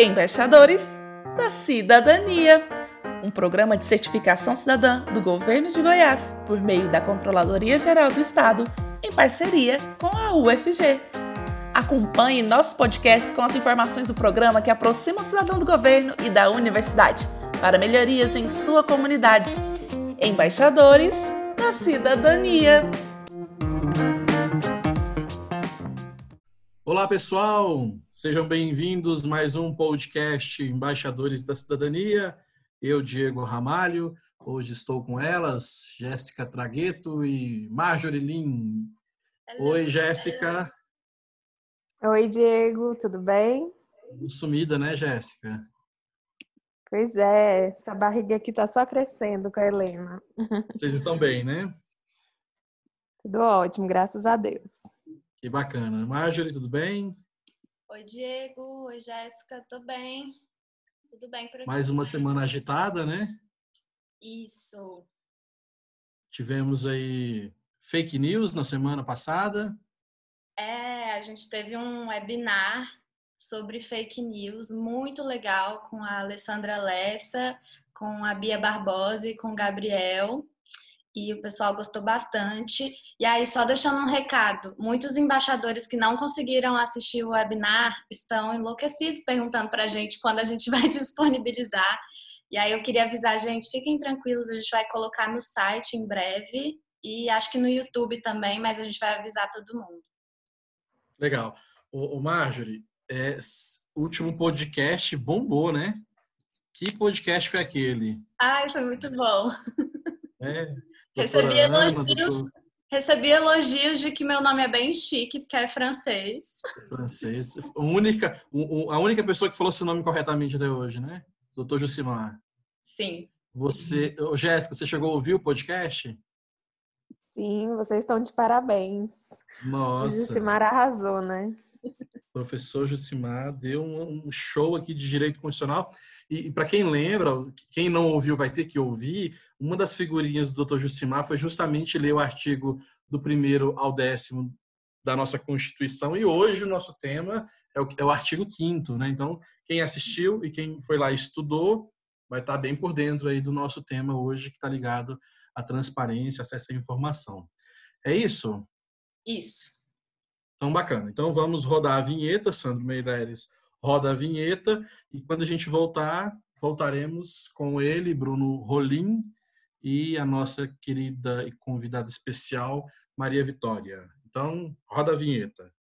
Embaixadores da Cidadania, um programa de certificação cidadã do Governo de Goiás por meio da Controladoria Geral do Estado, em parceria com a UFG. Acompanhe nosso podcast com as informações do programa que aproxima o cidadão do governo e da universidade, para melhorias em sua comunidade. Embaixadores da Cidadania. Olá, pessoal! Sejam bem-vindos a mais um podcast Embaixadores da Cidadania. Eu, Diego Ramalho, hoje estou com elas, Jéssica Tragueto e Marjorie Lin. Oi, Jéssica. Oi, Diego, tudo bem? Sumida, né, Jéssica? Pois é, essa barriga aqui tá só crescendo com a Helena. Vocês estão bem, né? Tudo ótimo, graças a Deus. Que bacana. Marjorie, tudo bem? Oi, Diego. Oi, Jéssica. Tô bem. Tudo bem por aqui. Mais uma semana agitada, né? Isso. Tivemos aí fake news na semana passada. A gente teve um webinar sobre fake news muito legal com a Alessandra Lessa, com a Bia Barbosa e com o Gabriel. E o pessoal gostou bastante. E aí, só deixando um recado, muitos embaixadores que não conseguiram assistir o webinar estão enlouquecidos perguntando pra gente quando a gente vai disponibilizar. E aí eu queria avisar, gente, fiquem tranquilos, a gente vai colocar no site em breve e acho que no YouTube também, mas a gente vai avisar todo mundo. Legal. O Marjorie, o último podcast bombou, né? Que podcast foi aquele? Ai, foi muito bom. Recebi elogios de que meu nome é bem chique, porque é francês. Francês. A única pessoa que falou seu nome corretamente até hoje, né? Doutor Jucimar. Sim. Jéssica, você chegou a ouvir o podcast? Sim, vocês estão de parabéns. Nossa. O Jucimar arrasou, né? O professor Jucimar deu um show aqui de direito constitucional. E para quem lembra, quem não ouviu vai ter que ouvir, uma das figurinhas do Dr. Jucimar foi justamente ler o artigo do 1º ao 10º da nossa Constituição. E hoje o nosso tema é o artigo 5º, né? Então, quem assistiu e quem foi lá e estudou vai estar bem por dentro aí do nosso tema hoje, que está ligado à transparência, acesso à informação. É isso? Isso. Então, bacana. Então, vamos rodar a vinheta. Sandro Meireles roda a vinheta. E quando a gente voltaremos com ele, Bruno Rolim, e a nossa querida e convidada especial, Maria Vitória. Então, roda a vinheta.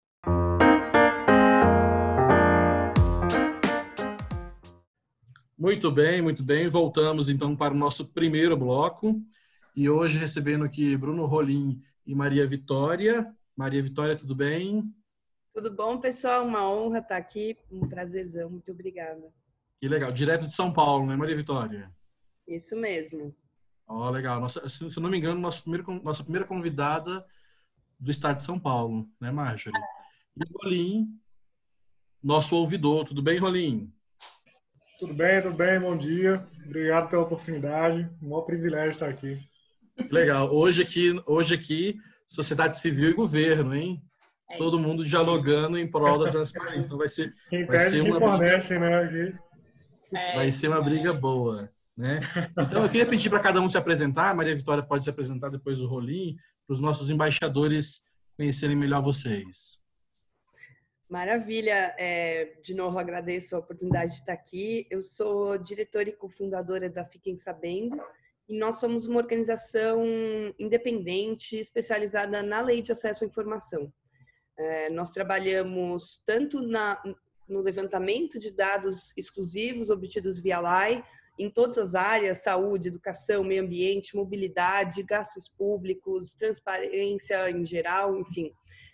Muito bem, muito bem. Voltamos, então, para o nosso primeiro bloco. E hoje, recebendo aqui Bruno Rolim e Maria Vitória. Maria Vitória, tudo bem? Tudo bom, pessoal? Uma honra estar aqui. Um prazerzão. Muito obrigada. Que legal. Direto de São Paulo, né, Maria Vitória? Isso mesmo. Legal. Se eu não me engano, nossa primeira convidada do estado de São Paulo, né, Marjorie? E o Rolim, nosso ouvidor. Tudo bem, Rolim? Tudo bem. Bom dia. Obrigado pela oportunidade. Um maior privilégio estar aqui. Legal. Hoje aqui, sociedade civil e governo, hein? Todo mundo dialogando em prol da transparência. Então vai ser uma fornece, né? Vai ser uma briga boa, né? Então eu queria pedir para cada um se apresentar. A Maria Vitória pode se apresentar depois do Rolim, para os nossos embaixadores conhecerem melhor vocês. Maravilha. De novo, agradeço a oportunidade de estar aqui. Eu sou diretora e cofundadora da Fiquem Sabendo, e nós somos uma organização independente especializada na lei de acesso à informação. Nós trabalhamos tanto no levantamento de dados exclusivos obtidos via lei, em todas as áreas, saúde, educação, meio ambiente, mobilidade, gastos públicos, transparência em geral, enfim.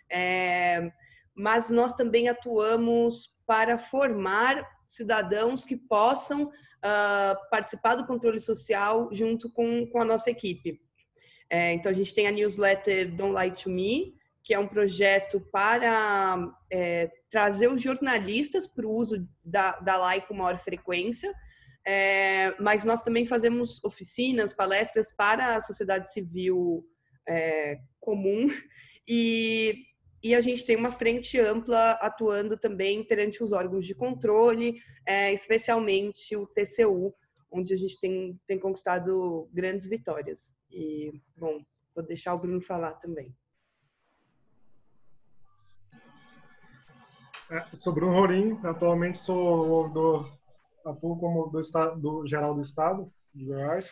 Mas nós também atuamos para formar cidadãos que possam participar do controle social junto com a nossa equipe. Então, a gente tem a newsletter Don't Lie to Me, que é um projeto para trazer os jornalistas para o uso da lei com maior frequência, mas nós também fazemos oficinas, palestras para a sociedade civil comum, e e a gente tem uma frente ampla atuando também perante os órgãos de controle, especialmente o TCU, onde a gente tem conquistado grandes vitórias. E, bom, vou deixar o Bruno falar também. Sou Bruno Rorim, atualmente sou ouvidor, atuo como ouvidor geral do Estado de Goiás.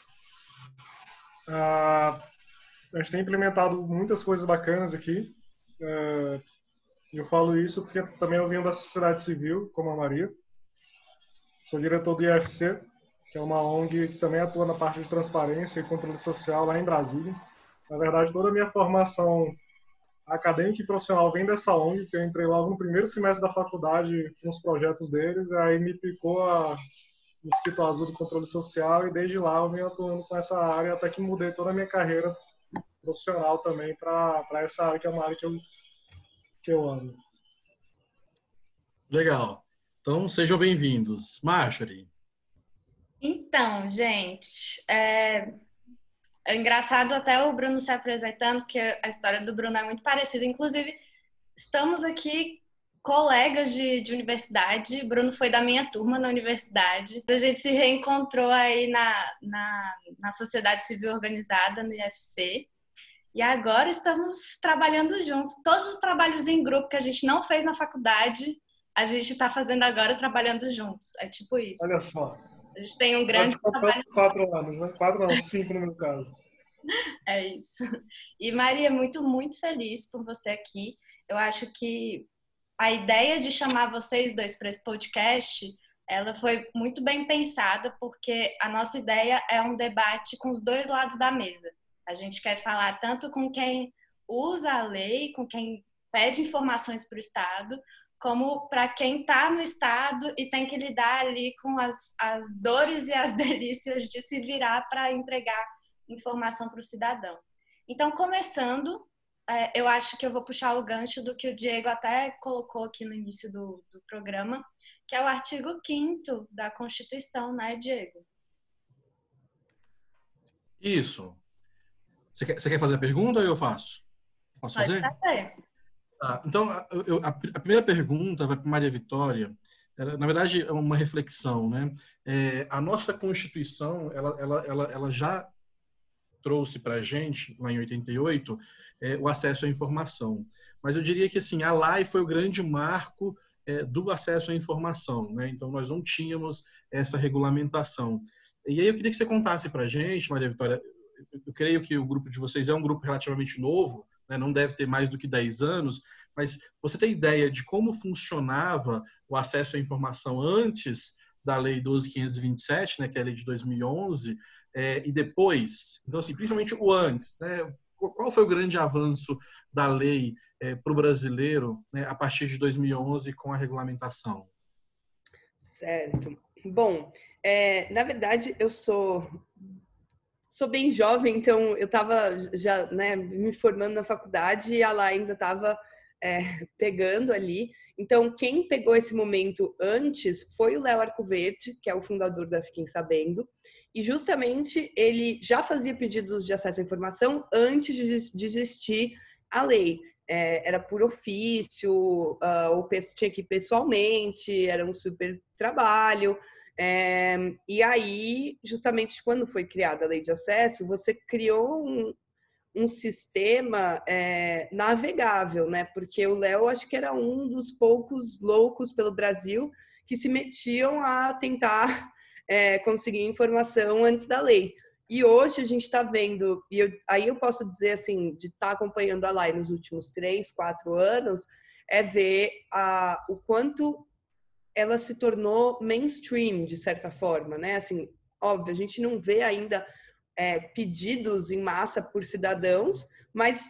A gente tem implementado muitas coisas bacanas aqui. Eu falo isso porque também eu venho da sociedade civil, como a Maria. Sou diretor do IFC, que é uma ONG que também atua na parte de transparência e controle social lá em Brasília. Na verdade, toda a minha formação acadêmica e profissional vem dessa ONG, que eu entrei logo no primeiro semestre da faculdade com os projetos deles, aí me picou a mosquito azul do controle social, e desde lá eu venho atuando com essa área, até que mudei toda a minha carreira profissional também para essa área, que é uma área que eu amo. Legal. Então, sejam bem-vindos. Marjorie. Então, gente, é engraçado até o Bruno se apresentando, porque a história do Bruno é muito parecida. Inclusive, estamos aqui colegas de universidade. Bruno foi da minha turma na universidade. A gente se reencontrou aí na sociedade civil organizada, no IFC. E agora estamos trabalhando juntos. Todos os trabalhos em grupo que a gente não fez na faculdade, a gente está fazendo agora trabalhando juntos. É tipo isso. Olha só. A gente tem um grande trabalho. 4 anos, né? 4 não, 5 no meu caso. É isso. E Maria, muito feliz por você aqui. Eu acho que a ideia de chamar vocês dois para esse podcast, ela foi muito bem pensada, porque a nossa ideia é um debate com os dois lados da mesa. A gente quer falar tanto com quem usa a lei, com quem pede informações para o Estado, como para quem está no Estado e tem que lidar ali com as dores e as delícias de se virar para entregar informação para o cidadão. Então, começando, eu acho que eu vou puxar o gancho do que o Diego até colocou aqui no início do programa, que é o artigo 5º da Constituição, né, Diego? Isso. Você quer fazer a pergunta ou eu faço? Posso fazer? Pode fazer. Então, a primeira pergunta vai para Maria Vitória. Na verdade, é uma reflexão, né? A nossa Constituição, ela já trouxe para a gente, lá em 88, o acesso à informação. Mas eu diria que assim, a lei foi o grande marco do acesso à informação, né? Então, nós não tínhamos essa regulamentação. E aí eu queria que você contasse para a gente, Maria Vitória, eu creio que o grupo de vocês é um grupo relativamente novo, né? Não deve ter mais do que 10 anos, mas você tem ideia de como funcionava o acesso à informação antes da Lei 12.527, né, que é a lei de 2011, e depois? Então, assim, principalmente o antes, né? Qual foi o grande avanço da lei para o brasileiro, né, a partir de 2011 com a regulamentação? Certo. Bom, na verdade, eu sou bem jovem, então eu estava já, né, me formando na faculdade e a lá ainda estava pegando ali. Então, quem pegou esse momento antes foi o Léo Arcoverde, que é o fundador da Fiquem Sabendo, e justamente ele já fazia pedidos de acesso à informação antes de existir a lei. Era por ofício, ou tinha que ir pessoalmente, era um super trabalho. E aí, justamente quando foi criada a lei de acesso, você criou um sistema navegável, né? Porque o Léo, acho que era um dos poucos loucos pelo Brasil que se metiam a tentar conseguir informação antes da lei. E hoje a gente está vendo, aí eu posso dizer assim, de estar acompanhando a lei nos últimos 3, 4 anos, ver o quanto ela se tornou mainstream, de certa forma, né? Assim, óbvio, a gente não vê ainda pedidos em massa por cidadãos, mas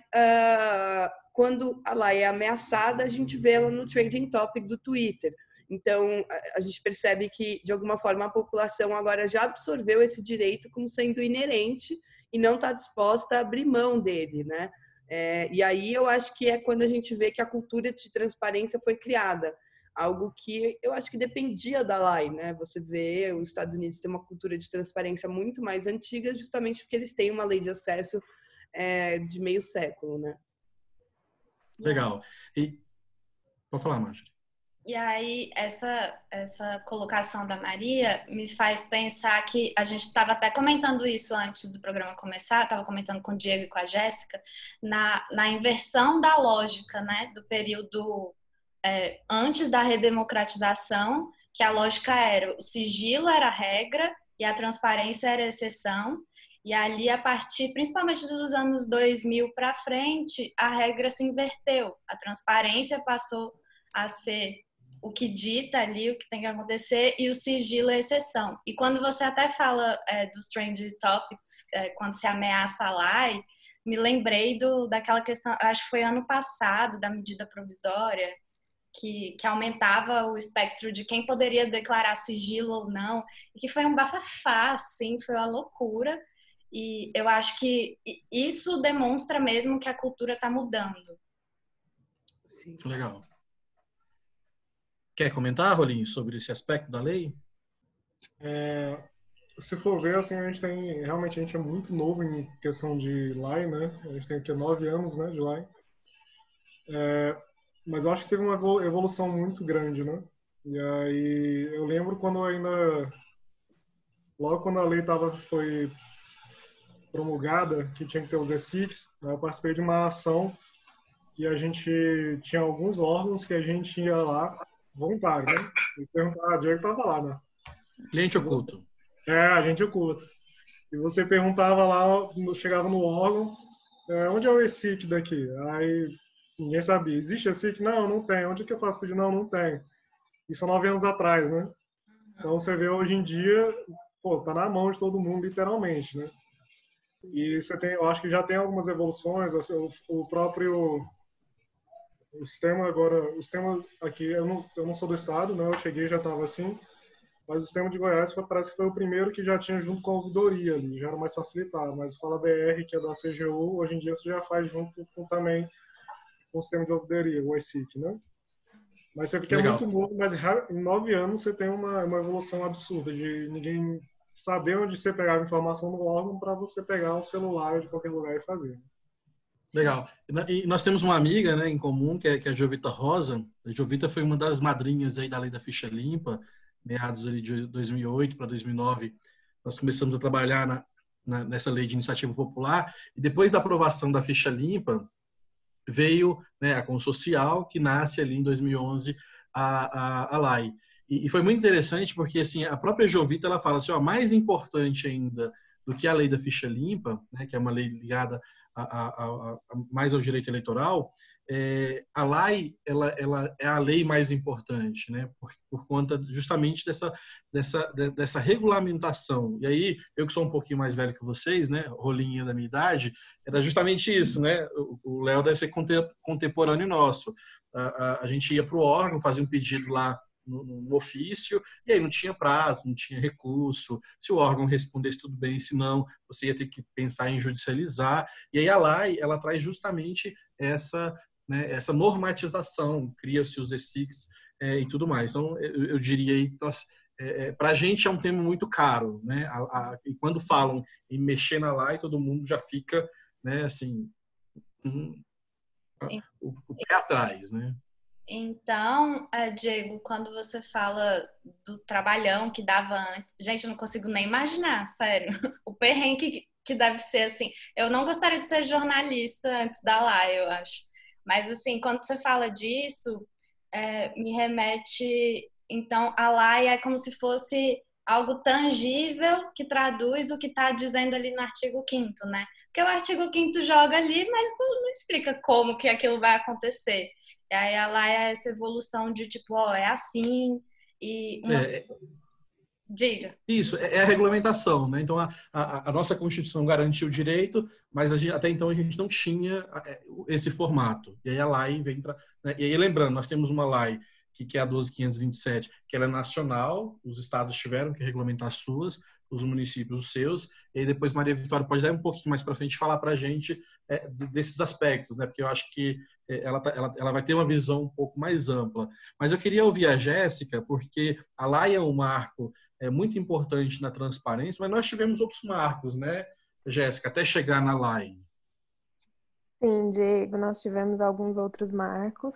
quando ela é ameaçada, a gente vê ela no trending topic do Twitter. Então, a gente percebe que, de alguma forma, a população agora já absorveu esse direito como sendo inerente e não está disposta a abrir mão dele, né? E aí eu acho que é quando a gente vê que a cultura de transparência foi criada. Algo que eu acho que dependia da lei, né? Você vê, os Estados Unidos têm uma cultura de transparência muito mais antiga, justamente porque eles têm uma lei de acesso de meio século, né? Legal. E pode falar, Marjorie. E aí, essa colocação da Maria me faz pensar que a gente estava até comentando isso antes do programa começar, estava comentando com o Diego e com a Jéssica, na inversão da lógica, né, do período antes da redemocratização, que a lógica era o sigilo era a regra e a transparência era a exceção. E ali, a partir, principalmente dos anos 2000 para frente, a regra se inverteu. A transparência passou a ser o que dita ali, o que tem que acontecer, e o sigilo é exceção. E quando você até fala dos Trending Topics, quando se ameaça a lei, me lembrei daquela questão, acho que foi ano passado, da medida provisória, que aumentava o espectro de quem poderia declarar sigilo ou não, e que foi um bafafá, assim, foi uma loucura. E eu acho que isso demonstra mesmo que a cultura está mudando. Sim. Legal. Quer comentar, Rolinho, sobre esse aspecto da lei? Se for ver, assim, realmente a gente é muito novo em questão de lei, né? A gente tem aqui 9 anos, né, de lei. Mas eu acho que teve uma evolução muito grande, né? E aí eu lembro logo quando a lei foi promulgada, que tinha que ter os ESICs, né, eu participei de uma ação que a gente tinha alguns órgãos que a gente ia lá, voluntário, né? E perguntava, Diego estava lá, né? Cliente oculto. A gente oculta. E você perguntava lá, chegava no órgão, onde é o ESIC daqui? Aí ninguém sabia. Existe ESIC? Não, não tem. Onde é que eu faço pedir? Não, não tem. Isso há 9 anos atrás, né? Então você vê hoje em dia, tá na mão de todo mundo, literalmente, né? E eu acho que já tem algumas evoluções, assim, o próprio o sistema aqui, eu não sou do estado, né? Eu cheguei já estava assim, mas o sistema de Goiás parece que foi o primeiro que já tinha junto com a ouvidoria ali, já era mais facilitado. Mas o Fala BR, que é da CGU, hoje em dia você já faz junto também com o sistema de ouvidoria, o ESIC, né? Mas você fica muito novo, mas em 9 anos você tem uma evolução absurda de ninguém saber onde você pegava informação no órgão para você pegar um celular de qualquer lugar e fazer. Legal. E nós temos uma amiga, né, em comum, que é a Jovita Rosa. A Jovita foi uma das madrinhas aí da Lei da Ficha Limpa, meados ali de 2008 para 2009. Nós começamos a trabalhar nessa lei de iniciativa popular, e depois da aprovação da Ficha Limpa, veio, né, a Consocial, que nasce ali em 2011, a LAI. E foi muito interessante porque, assim, a própria Jovita, ela fala assim, mais importante ainda do que a lei da Ficha Limpa, né, que é uma lei ligada mais ao direito eleitoral, a LAI, ela é a lei mais importante, né, por conta justamente dessa regulamentação. E aí, eu que sou um pouquinho mais velho que vocês, né, rolinha da minha idade, era justamente isso, né, o Léo deve ser contemporâneo nosso. A gente ia para o órgão, fazia um pedido lá no ofício, e aí não tinha prazo, não tinha recurso. Se o órgão respondesse, tudo bem, se não, você ia ter que pensar em judicializar. E aí a lei, ela traz justamente essa normatização, cria-se os ESICs e tudo mais. Então, eu diria aí que para a gente é um tema muito caro, né? E quando falam em mexer na lei, todo mundo já fica, né, assim, o pé atrás, né? Então, Diego, quando você fala do trabalhão que dava antes, gente, eu não consigo nem imaginar, sério, o perrengue que deve ser assim. Eu não gostaria de ser jornalista antes da live, eu acho. Mas, assim, quando você fala disso, me remete. Então, a lei é como se fosse algo tangível que traduz o que está dizendo ali no artigo 5º, né? Porque o artigo 5º joga ali, mas não explica como que aquilo vai acontecer. E aí ela é essa evolução de tipo, é assim, e diga. Isso, é a regulamentação, né? Então, a nossa Constituição garantiu o direito, mas até então a gente não tinha esse formato. E aí a lei vem para... Né? E aí, lembrando, nós temos uma lei que é a 12.527, que ela é nacional, os estados tiveram que regulamentar as suas, os municípios os seus, e aí depois Maria Vitória pode dar um pouquinho mais para frente falar para a gente desses aspectos, né? Porque eu acho que ela vai ter uma visão um pouco mais ampla. Mas eu queria ouvir a Jéssica, porque a lei é um marco muito importante na transparência, mas nós tivemos outros marcos, né, Jéssica, até chegar na lei. Sim, Diego, nós tivemos alguns outros marcos.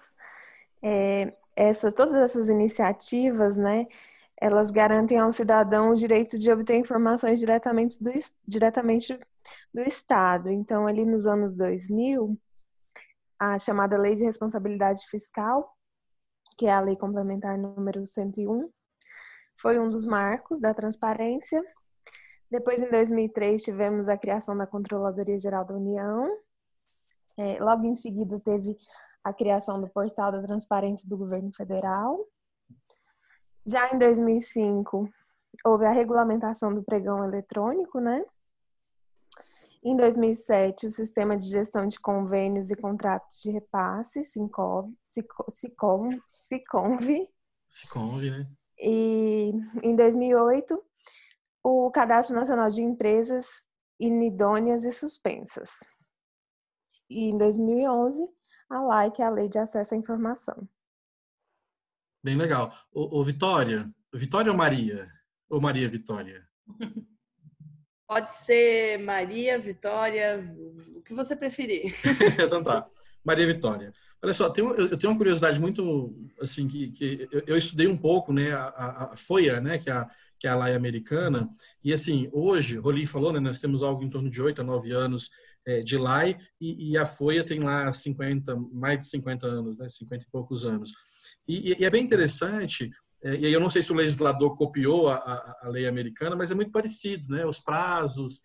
Todas essas iniciativas, né, elas garantem ao cidadão o direito de obter informações diretamente do Estado. Então, ali nos anos 2000, a chamada Lei de Responsabilidade Fiscal, que é a Lei Complementar número 101, foi um dos marcos da transparência. Depois, em 2003, tivemos a criação da Controladoria Geral da União. Logo em seguida, teve a criação do Portal da Transparência do Governo Federal. Já em 2005, houve a regulamentação do pregão eletrônico, né? Em 2007, o Sistema de Gestão de Convênios e Contratos de Repasse, Siconv, né? E em 2008, o Cadastro Nacional de Empresas Inidôneas e Suspensas. E em 2011, a LAI, que é a Lei de Acesso à Informação. Bem legal. Ô Vitória ou Maria? Ou Maria Vitória? Pode ser Maria, Vitória, o que você preferir. Então tá. Maria Vitória. Olha só, eu tenho uma curiosidade muito, assim, que eu estudei um pouco, né, a FOIA, né, que é a lei americana, e assim, hoje, Rolim falou, né, nós temos algo em torno de 8 a 9 anos de lei, e a FOIA tem lá mais de 50 anos, né, 50 e poucos anos. E é bem interessante, e aí eu não sei se o legislador copiou a lei americana, mas é muito parecido, né, os prazos,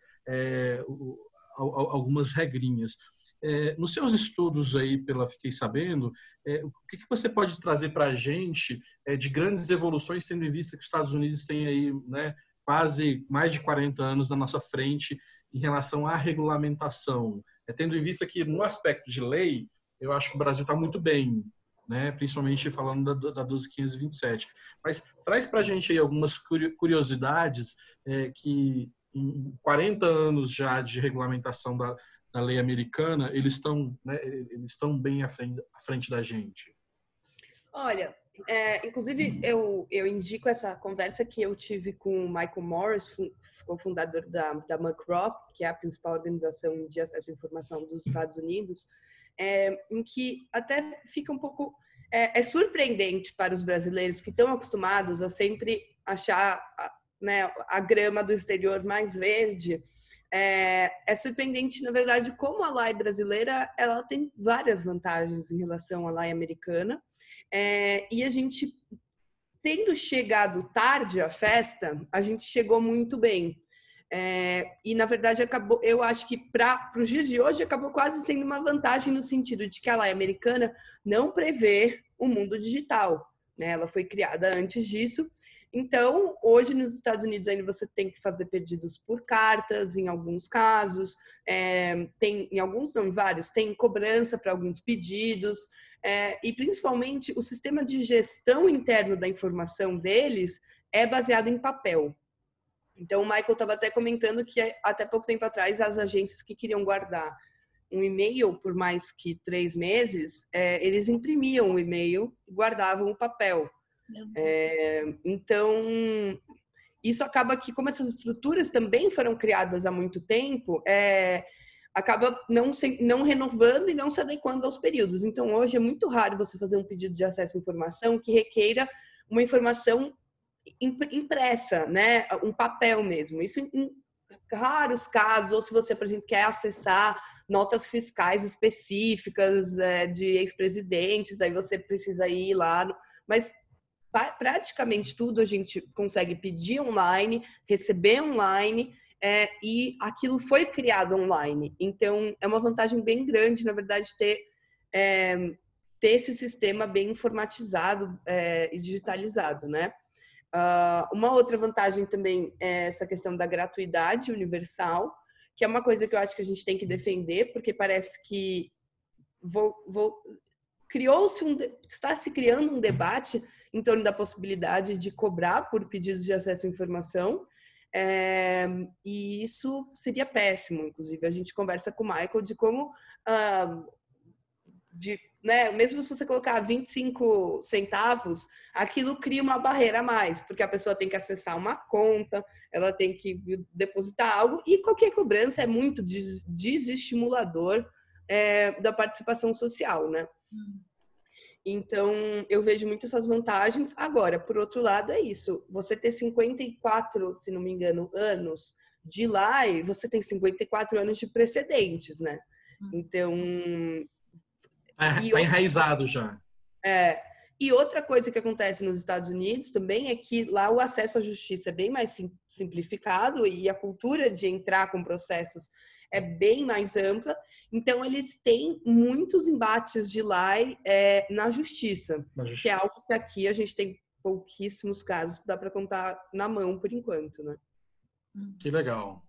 algumas regrinhas. Nos seus estudos aí, fiquei sabendo, o que você pode trazer para a gente de grandes evoluções, tendo em vista que os Estados Unidos têm aí, né, quase mais de 40 anos na nossa frente em relação à regulamentação? Tendo em vista que, no aspecto de lei, eu acho que o Brasil está muito bem, né, principalmente falando da 12.527. Mas traz para a gente aí algumas curiosidades que, em 40 anos já de regulamentação da lei americana, eles estão bem à frente da gente. Olha, inclusive eu indico essa conversa que eu tive com o Michael Morris, cofundador da McGraw, que é a principal organização de acesso à informação dos Estados Unidos, em que até fica um pouco surpreendente para os brasileiros que estão acostumados a sempre achar, né, a grama do exterior mais verde. É surpreendente, na verdade, como a lei brasileira ela tem várias vantagens em relação à lei americana. E a gente, tendo chegado tarde à festa, a gente chegou muito bem. E, na verdade, eu acho que para os dias de hoje acabou quase sendo uma vantagem no sentido de que a lei americana não prevê o mundo digital, né? Ela foi criada antes disso. Então, hoje nos Estados Unidos ainda você tem que fazer pedidos por cartas, em alguns casos, em vários, tem cobrança para alguns pedidos, e principalmente o sistema de gestão interno da informação deles é baseado em papel. Então, o Michael estava até comentando que até pouco tempo atrás as agências que queriam guardar um e-mail por mais que 3 meses, eles imprimiam o e-mail e guardavam o papel. Então, isso acaba que, como essas estruturas também foram criadas há muito tempo, acaba não renovando e não se adequando aos períodos. Então, hoje é muito raro você fazer um pedido de acesso à informação que requeira uma informação impressa, né? Um papel mesmo. Isso em raros casos, ou se você, por exemplo, quer acessar notas fiscais específicas de ex-presidentes, aí você precisa ir lá. Mas praticamente tudo a gente consegue pedir online, receber online, e aquilo foi criado online. Então, é uma vantagem bem grande, na verdade, ter esse sistema bem informatizado e digitalizado, né? Uma outra vantagem também é essa questão da gratuidade universal, que é uma coisa que eu acho que a gente tem que defender, porque parece que está se criando um debate em torno da possibilidade de cobrar por pedidos de acesso à informação, e isso seria péssimo. Inclusive, a gente conversa com o Michael de como, né, mesmo se você colocar 25 centavos, aquilo cria uma barreira a mais, porque a pessoa tem que acessar uma conta, ela tem que depositar algo, e qualquer cobrança é muito desestimulador da participação social, né? Então, eu vejo muito essas vantagens. Agora, por outro lado, é isso. Você ter 54, se não me engano, anos de lei, você tem 54 anos de precedentes, né? Então... Está enraizado já. E outra coisa que acontece nos Estados Unidos também é que lá o acesso à justiça é bem mais simplificado e a cultura de entrar com processos é bem mais ampla. Então, eles têm muitos embates de lei na justiça, que é algo que aqui a gente tem pouquíssimos casos que dá para contar na mão por enquanto, né? Que legal.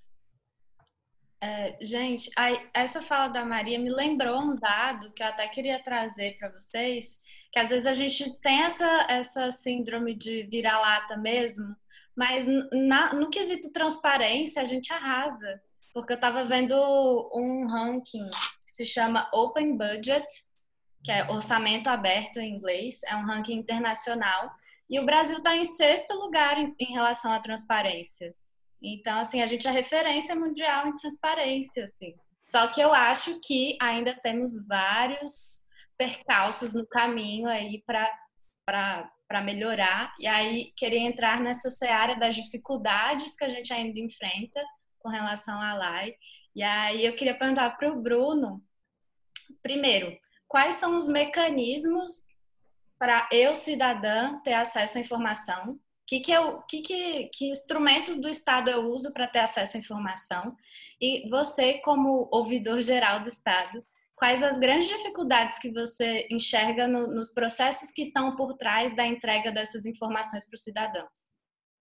Gente, essa fala da Maria me lembrou um dado que eu até queria trazer para vocês, que às vezes a gente tem essa síndrome de vira-lata mesmo, mas no quesito transparência a gente arrasa, porque eu estava vendo um ranking que se chama Open Budget, que é orçamento aberto em inglês, é um ranking internacional, e o Brasil está em 6º lugar em relação à transparência. Então, assim, a gente é referência mundial em transparência, assim. Só que eu acho que ainda temos vários percalços no caminho aí para melhorar. E aí, queria entrar nessa seara das dificuldades que a gente ainda enfrenta com relação à lei. E aí, eu queria perguntar para o Bruno, primeiro, quais são os mecanismos para eu, cidadã, ter acesso à informação? Que instrumentos do Estado eu uso para ter acesso à informação? E você, como ouvidor geral do Estado, quais as grandes dificuldades que você enxerga nos processos que estão por trás da entrega dessas informações para os cidadãos?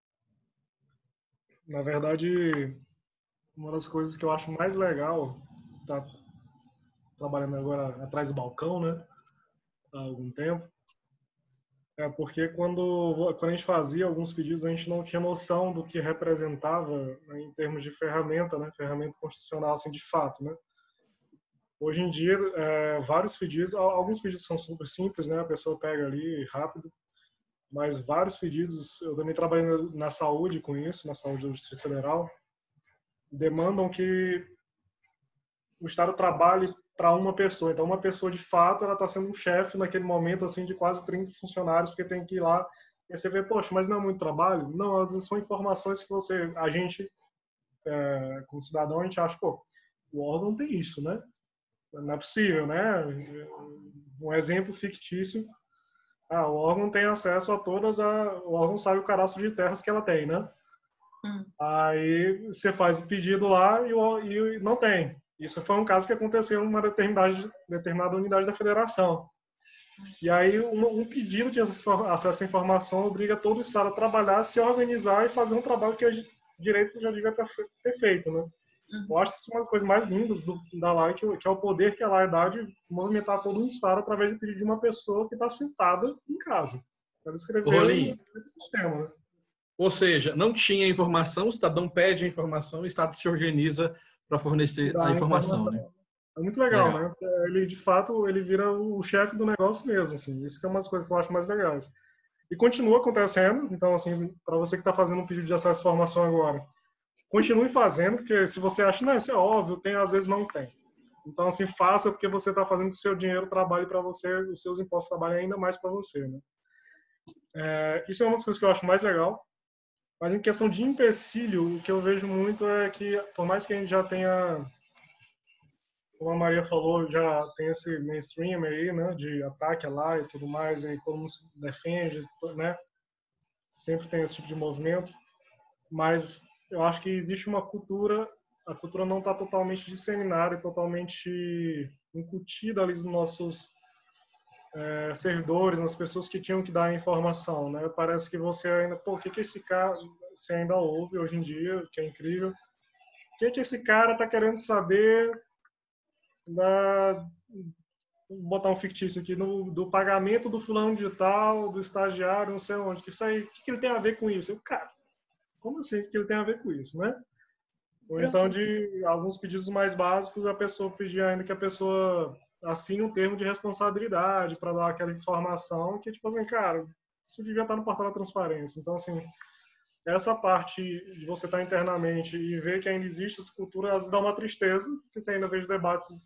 Na verdade, uma das coisas que eu acho mais legal, tá trabalhando agora atrás do balcão, né, há algum tempo, porque quando a gente fazia alguns pedidos, a gente não tinha noção do que representava, né, em termos de ferramenta, né, ferramenta constitucional, assim, de fato, né. Hoje em dia, vários pedidos, alguns pedidos são super simples, né, a pessoa pega ali rápido, mas vários pedidos, eu também trabalhando na saúde com isso, na saúde do Distrito Federal, demandam que o Estado trabalhe para uma pessoa. Então, uma pessoa, de fato, ela está sendo um chefe naquele momento, assim, de quase 30 funcionários, porque tem que ir lá e você vê, poxa, mas não é muito trabalho? Não, às vezes são informações que a gente, como cidadão, a gente acha, pô, o órgão tem isso, né? Não é possível, né? Um exemplo fictício, o órgão tem acesso a o órgão sabe o cadastro de terras que ela tem, né? Aí você faz o pedido lá e não tem. Isso foi um caso que aconteceu em uma determinada unidade da federação. E aí um pedido de acesso à informação obriga todo o Estado a trabalhar, se organizar e fazer um trabalho que é direito que já devia ter feito, né? Eu acho isso uma das coisas mais lindas da lei, que é o poder que a lei dá de movimentar todo um Estado através do pedido de uma pessoa que está sentada em casa. Ela escreveu no sistema, né? Ou seja, não tinha informação, o cidadão pede a informação e o Estado se organiza para fornecer a informação, né? É muito legal, né? Ele, de fato, ele vira o chefe do negócio mesmo, assim. Isso que é uma das coisas que eu acho mais legais. E continua acontecendo, então, assim, para você que está fazendo um pedido de acesso à informação agora, continue fazendo, porque se você acha, não, isso é óbvio, às vezes não tem. Então, assim, faça, porque você está fazendo que o seu dinheiro trabalhe para você, os seus impostos trabalhem ainda mais para você, né? Isso é uma das coisas que eu acho mais legal. Mas em questão de empecilho, o que eu vejo muito é que, por mais que a gente já tenha, como a Maria falou, já tem esse mainstream aí, né, de ataque lá e tudo mais, e todo mundo se defende, né, sempre tem esse tipo de movimento, mas eu acho que existe uma cultura, a cultura não está totalmente disseminada e totalmente incutida ali nos nossos servidores, nas pessoas que tinham que dar a informação, né? Parece que você ainda, pô, o que esse cara, você ainda ouve hoje em dia, que é incrível, o que esse cara tá querendo saber vou botar um fictício aqui, do pagamento do fulano de tal, do estagiário, não sei onde, que isso aí, o que ele tem a ver com isso? Cara, como assim que ele tem a ver com isso, né? Ou então de alguns pedidos mais básicos, a pessoa pedir ainda que a pessoa assine um termo de responsabilidade para dar aquela informação que, tipo assim, cara, isso devia estar no portal da transparência. Então, assim, essa parte de você estar internamente e ver que ainda existe essa cultura, às vezes dá uma tristeza, porque você ainda vê debates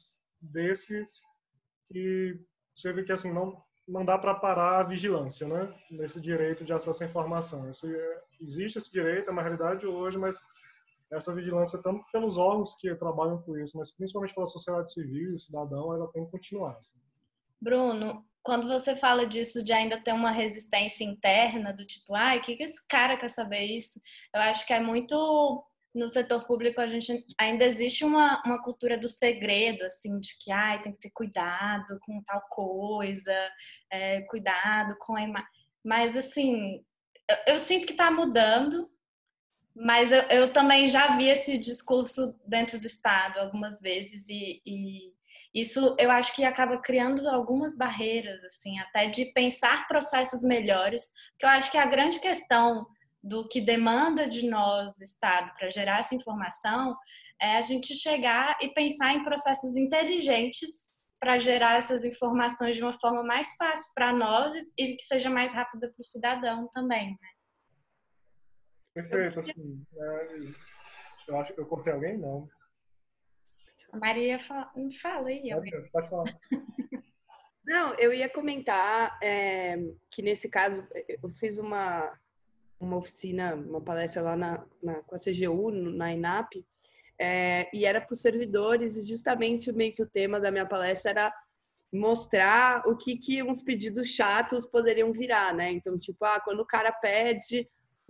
desses que você vê que assim não dá para parar a vigilância, né? Nesse direito de acesso à informação. Existe esse direito, é uma realidade hoje, mas essa vigilância, tanto pelos órgãos que trabalham com isso, mas principalmente pela sociedade civil e cidadão, ela tem que continuar. Assim. Bruno, quando você fala disso de ainda ter uma resistência interna, do tipo, ai, o que esse cara quer saber isso? Eu acho que é muito... No setor público, a gente ainda existe uma cultura do segredo, assim, de que, ai, tem que ter cuidado com tal coisa, cuidado com a imagem. Mas, assim, eu sinto que está mudando, mas eu também já vi esse discurso dentro do Estado algumas vezes e isso eu acho que acaba criando algumas barreiras, assim, até de pensar processos melhores, porque eu acho que a grande questão do que demanda de nós, Estado, para gerar essa informação, é a gente chegar e pensar em processos inteligentes para gerar essas informações de uma forma mais fácil para nós e que seja mais rápida para o cidadão também, né? Perfeito, assim, eu acho que eu cortei alguém? Não. A Maria fala aí. Pode falar. Não, eu ia comentar que nesse caso eu fiz uma oficina, uma palestra lá com a CGU, na INAP, e era para os servidores, e justamente meio que o tema da minha palestra era mostrar o que uns pedidos chatos poderiam virar, né? Então, tipo, quando o cara pede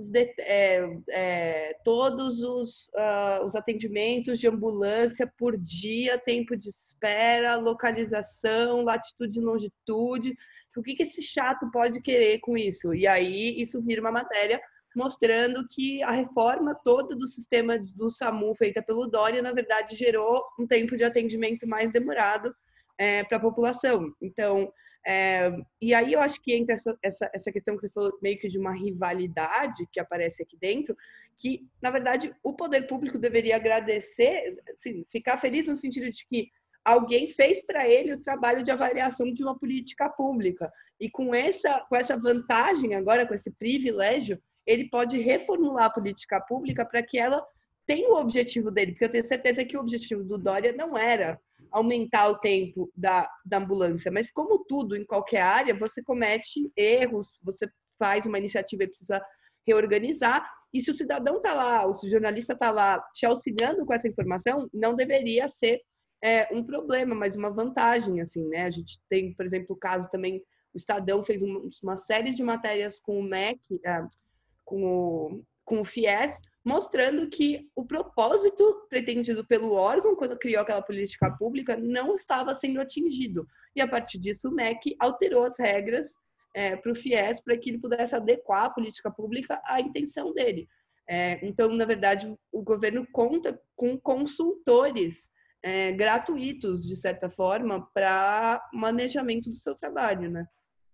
todos os atendimentos de ambulância por dia, tempo de espera, localização, latitude e longitude, o que esse chato pode querer com isso? E aí isso vira uma matéria mostrando que a reforma toda do sistema do SAMU feita pelo Dória, na verdade, gerou um tempo de atendimento mais demorado para a população. Então, e aí eu acho que entra essa questão que você falou, meio que de uma rivalidade que aparece aqui dentro, que, na verdade, o poder público deveria agradecer, assim, ficar feliz no sentido de que alguém fez para ele o trabalho de avaliação de uma política pública. E com essa vantagem agora, com esse privilégio, ele pode reformular a política pública para que ela tenha o objetivo dele. Porque eu tenho certeza que o objetivo do Dória não era aumentar o tempo da ambulância. Mas como tudo, em qualquer área, você comete erros, você faz uma iniciativa e precisa reorganizar. E se o cidadão está lá, o jornalista está lá te auxiliando com essa informação, não deveria ser um problema, mas uma vantagem, assim, né? A gente tem, por exemplo, o caso também, o Estadão fez uma série de matérias com o MEC, com o FIES, mostrando que o propósito pretendido pelo órgão, quando criou aquela política pública, não estava sendo atingido. E, a partir disso, o MEC alterou as regras para o FIES, para que ele pudesse adequar a política pública à intenção dele. Então, na verdade, o governo conta com consultores gratuitos, de certa forma, para manejamento do seu trabalho, né?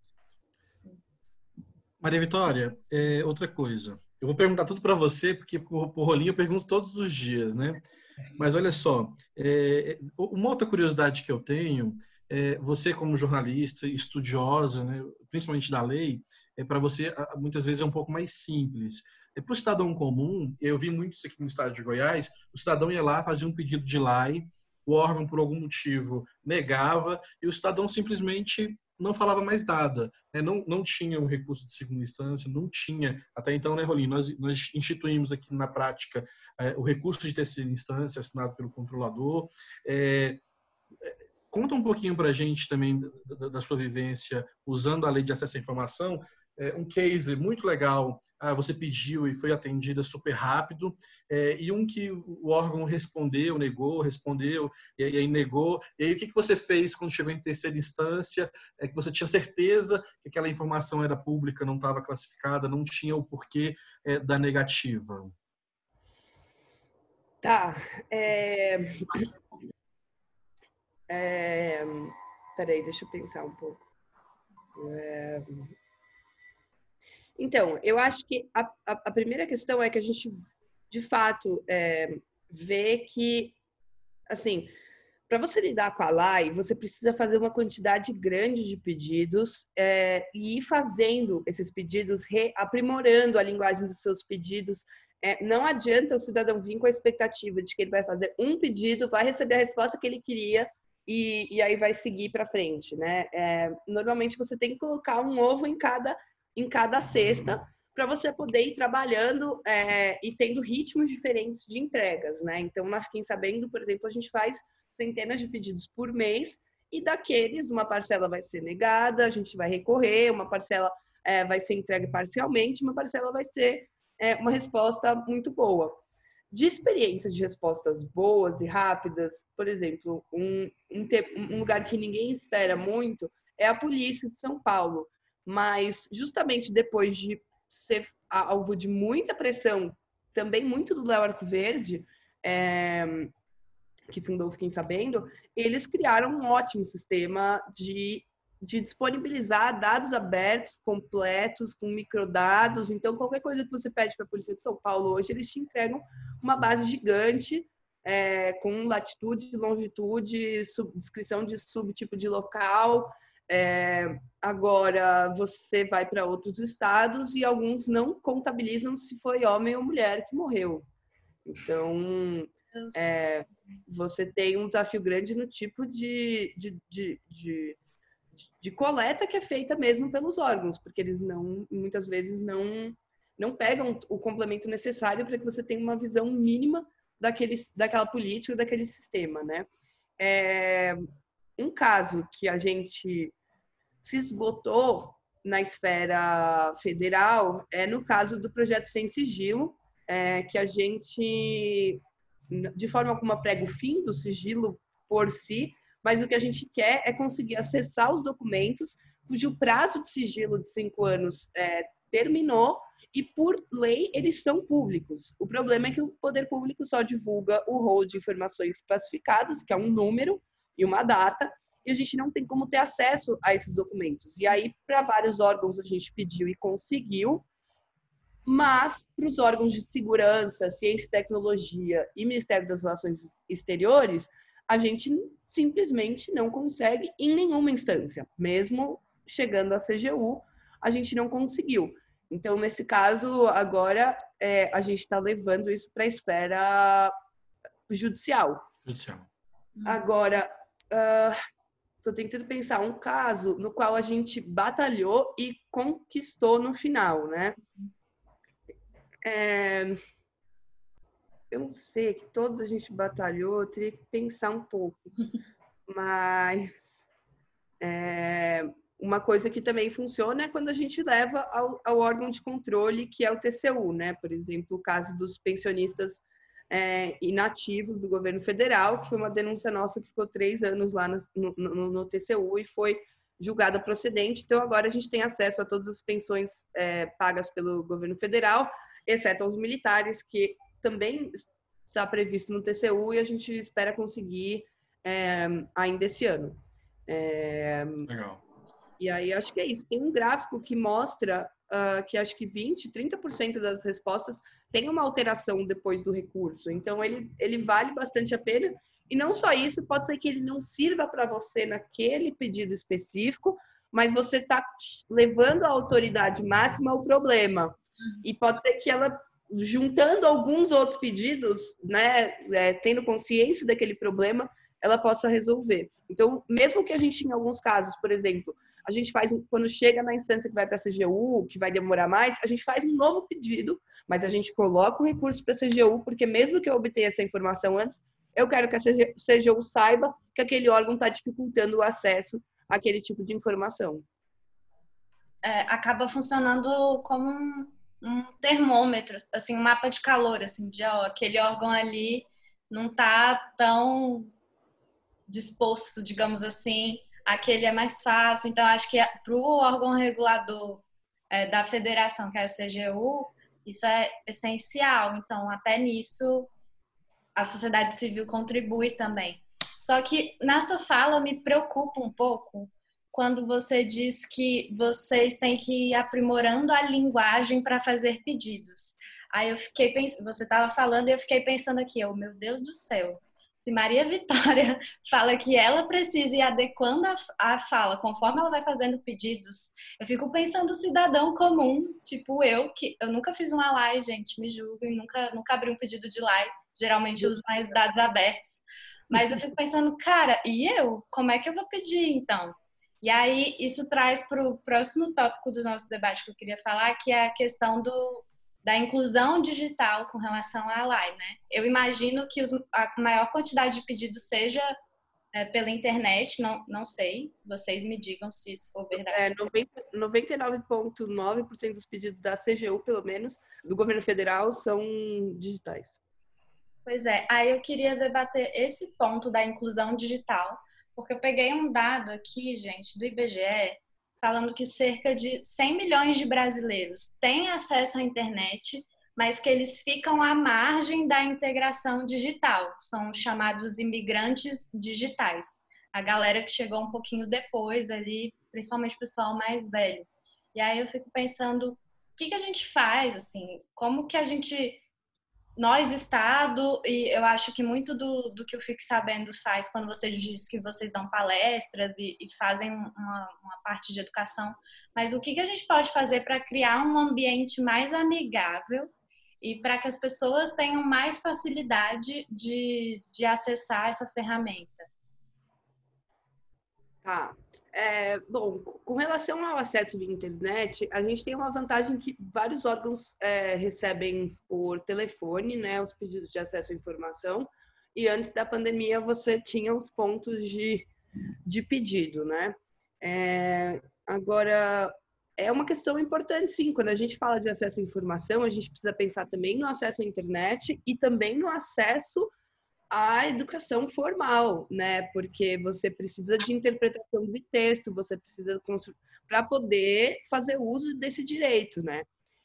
Maria Vitória, outra coisa. Eu vou perguntar tudo para você, porque por rolinho eu pergunto todos os dias, né? Mas olha só, uma outra curiosidade que eu tenho, você como jornalista, estudiosa, né, principalmente da lei, para você muitas vezes é um pouco mais simples. Para o cidadão comum, eu vi muito isso aqui no estado de Goiás, o cidadão ia lá, fazia um pedido de lei, o órgão, por algum motivo, negava, e o cidadão simplesmente não falava mais nada. Não tinha o recurso de segunda instância, não tinha. Até então, né, Rolim, nós instituímos aqui na prática o recurso de terceira instância, assinado pelo controlador. Conta um pouquinho para a gente também da sua vivência usando a lei de acesso à informação, um case muito legal, você pediu e foi atendida super rápido, e um que o órgão respondeu, negou, respondeu, e aí negou. E aí o que você fez quando chegou em terceira instância? Que você tinha certeza que aquela informação era pública, não estava classificada, não tinha o porquê da negativa? Tá. Peraí, deixa eu pensar um pouco. Então, eu acho que a primeira questão é que a gente, de fato, vê que, assim, para você lidar com a LAI, você precisa fazer uma quantidade grande de pedidos e ir fazendo esses pedidos, aprimorando a linguagem dos seus pedidos. Não adianta o cidadão vir com a expectativa de que ele vai fazer um pedido, vai receber a resposta que ele queria e aí vai seguir para frente, né? Normalmente você tem que colocar um ovo em cada cesta para você poder ir trabalhando e tendo ritmos diferentes de entregas, né? Então, na Fiquem Sabendo, por exemplo, a gente faz centenas de pedidos por mês e daqueles, uma parcela vai ser negada, a gente vai recorrer, uma parcela vai ser entregue parcialmente, uma parcela vai ser uma resposta muito boa. De experiência de respostas boas e rápidas, por exemplo, um lugar que ninguém espera muito é a Polícia de São Paulo, mas justamente depois de ser alvo de muita pressão, também muito do Léo Arcoverde, que fundou o Fiquem Sabendo, eles criaram um ótimo sistema de disponibilizar dados abertos, completos, com microdados. Então, qualquer coisa que você pede para a Polícia de São Paulo hoje, eles te entregam uma base gigante, com latitude, longitude, descrição de subtipo de local. Agora, você vai para outros estados e alguns não contabilizam se foi homem ou mulher que morreu. Então, você tem um desafio grande no tipo de coleta que é feita mesmo pelos órgãos, porque eles muitas vezes não pegam o complemento necessário para que você tenha uma visão mínima daquela política, daquele sistema, né? Um caso que a gente se esgotou na esfera federal no caso do projeto Sem Sigilo, que a gente, de forma alguma, prega o fim do sigilo por si, mas o que a gente quer é conseguir acessar os documentos cujo prazo de sigilo de 5 anos terminou e, por lei, eles são públicos. O problema é que o poder público só divulga o rol de informações classificadas, que é um número e uma data, e a gente não tem como ter acesso a esses documentos. E aí, para vários órgãos, a gente pediu e conseguiu, mas para os órgãos de segurança, ciência e tecnologia e Ministério das Relações Exteriores, a gente simplesmente não consegue em nenhuma instância. Mesmo chegando à CGU, a gente não conseguiu. Então, nesse caso, agora a gente está levando isso para a esfera judicial. Agora, estou tentando pensar um caso no qual a gente batalhou e conquistou no final, né? Eu não sei, que todos a gente batalhou, eu teria que pensar um pouco. Mas uma coisa que também funciona é quando a gente leva ao órgão de controle, que é o TCU, né? Por exemplo, o caso dos pensionistas inativos do governo federal, que foi uma denúncia nossa que ficou 3 anos lá no TCU e foi julgada procedente. Então, agora a gente tem acesso a todas as pensões pagas pelo governo federal, exceto aos militares, que também está previsto no TCU e a gente espera conseguir ainda esse ano. Legal. E aí, acho que é isso. Tem um gráfico que mostra que acho que 20%, 30% das respostas tem uma alteração depois do recurso. Então, ele vale bastante a pena. E não só isso, pode ser que ele não sirva para você naquele pedido específico, mas você está levando a autoridade máxima ao problema. E pode ser que ela, juntando alguns outros pedidos, né, tendo consciência daquele problema, ela possa resolver. Então, mesmo que a gente, em alguns casos, por exemplo, a gente faz, quando chega na instância que vai para a CGU, que vai demorar mais, a gente faz um novo pedido, mas a gente coloca o recurso para a CGU, porque mesmo que eu obtenha essa informação antes, eu quero que a CGU saiba que aquele órgão está dificultando o acesso àquele tipo de informação. Acaba funcionando como um termômetro, assim, um mapa de calor, assim, de aquele órgão ali não está tão disposto, digamos assim, aquele é mais fácil. Então, acho que para o órgão regulador da federação, que é a CGU, isso é essencial. Então, até nisso, a sociedade civil contribui também. Só que, na sua fala, me preocupa um pouco quando você diz que vocês têm que ir aprimorando a linguagem para fazer pedidos. Aí eu fiquei pensando, você estava falando e eu fiquei pensando aqui, meu Deus do céu, se Maria Vitória fala que ela precisa ir adequando a fala conforme ela vai fazendo pedidos, eu fico pensando cidadão comum, tipo que eu nunca fiz uma live, gente, me julguem, nunca abri um pedido de live, geralmente uso mais dados abertos, Mas eu fico pensando, cara, e eu? Como é que eu vou pedir, então? E aí, isso traz para o próximo tópico do nosso debate que eu queria falar, que é a questão da inclusão digital com relação à AI, né? Eu imagino que a maior quantidade de pedidos seja pela internet, não sei, vocês me digam se isso for verdade. 99,9% dos pedidos da CGU, pelo menos, do governo federal, são digitais. Pois é, aí eu queria debater esse ponto da inclusão digital, porque eu peguei um dado aqui, gente, do IBGE, falando que cerca de 100 milhões de brasileiros têm acesso à internet, mas que eles ficam à margem da integração digital. São chamados imigrantes digitais. A galera que chegou um pouquinho depois ali, principalmente o pessoal mais velho. E aí eu fico pensando, o que a gente faz, assim, como que a gente... Nós, Estado, e eu acho que muito do que o Fique Sabendo faz quando você diz que vocês dão palestras e fazem uma parte de educação, mas o que a gente pode fazer para criar um ambiente mais amigável e para que as pessoas tenham mais facilidade de acessar essa ferramenta? Tá. Bom, com relação ao acesso via internet, a gente tem uma vantagem que vários órgãos recebem por telefone, né, os pedidos de acesso à informação, e antes da pandemia você tinha os pontos de pedido, né? Agora, é uma questão importante, sim, quando a gente fala de acesso à informação, a gente precisa pensar também no acesso à internet e também no acesso a educação formal, né? Porque você precisa de interpretação de texto, você precisa para poder fazer uso desse direito, né?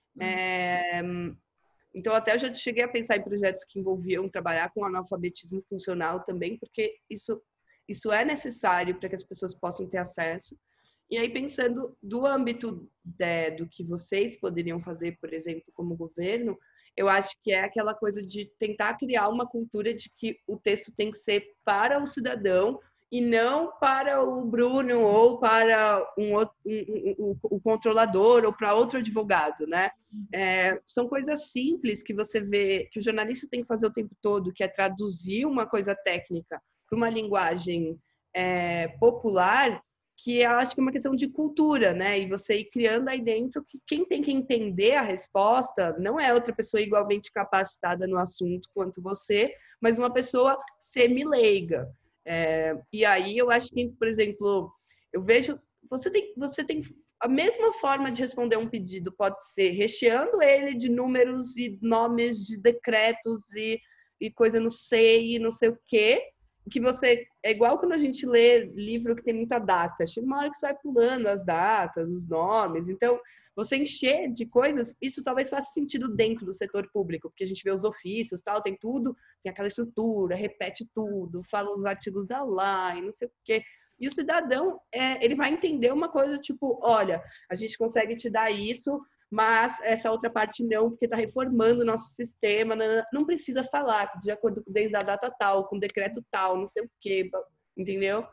Então, até eu já cheguei a pensar em projetos que envolviam trabalhar com analfabetismo funcional também, porque isso é necessário para que as pessoas possam ter acesso. E aí, pensando do âmbito do que vocês poderiam fazer, por exemplo, como governo, eu acho que é aquela coisa de tentar criar uma cultura de que o texto tem que ser para o cidadão e não para o Bruno ou para o controlador ou para outro advogado, né? São coisas simples que você vê, que o jornalista tem que fazer o tempo todo, que é traduzir uma coisa técnica para uma linguagem popular, que eu acho que é uma questão de cultura, né? E você ir criando aí dentro que quem tem que entender a resposta não é outra pessoa igualmente capacitada no assunto quanto você, mas uma pessoa semi-leiga. E aí eu acho que, por exemplo, eu vejo... Você tem a mesma forma de responder um pedido, pode ser recheando ele de números e nomes de decretos e coisa não sei o quê, que você... É igual quando a gente lê livro que tem muita data. Chega uma hora que você vai pulando as datas, os nomes. Então, você encher de coisas, isso talvez faça sentido dentro do setor público, porque a gente vê os ofícios, tal, tem tudo, tem aquela estrutura, repete tudo, fala os artigos da lei, não sei o quê. E o cidadão, ele vai entender uma coisa tipo, olha, a gente consegue te dar isso, mas essa outra parte não, porque está reformando o nosso sistema, não precisa falar, de acordo com desde a data tal, com decreto tal, não sei o quê, entendeu?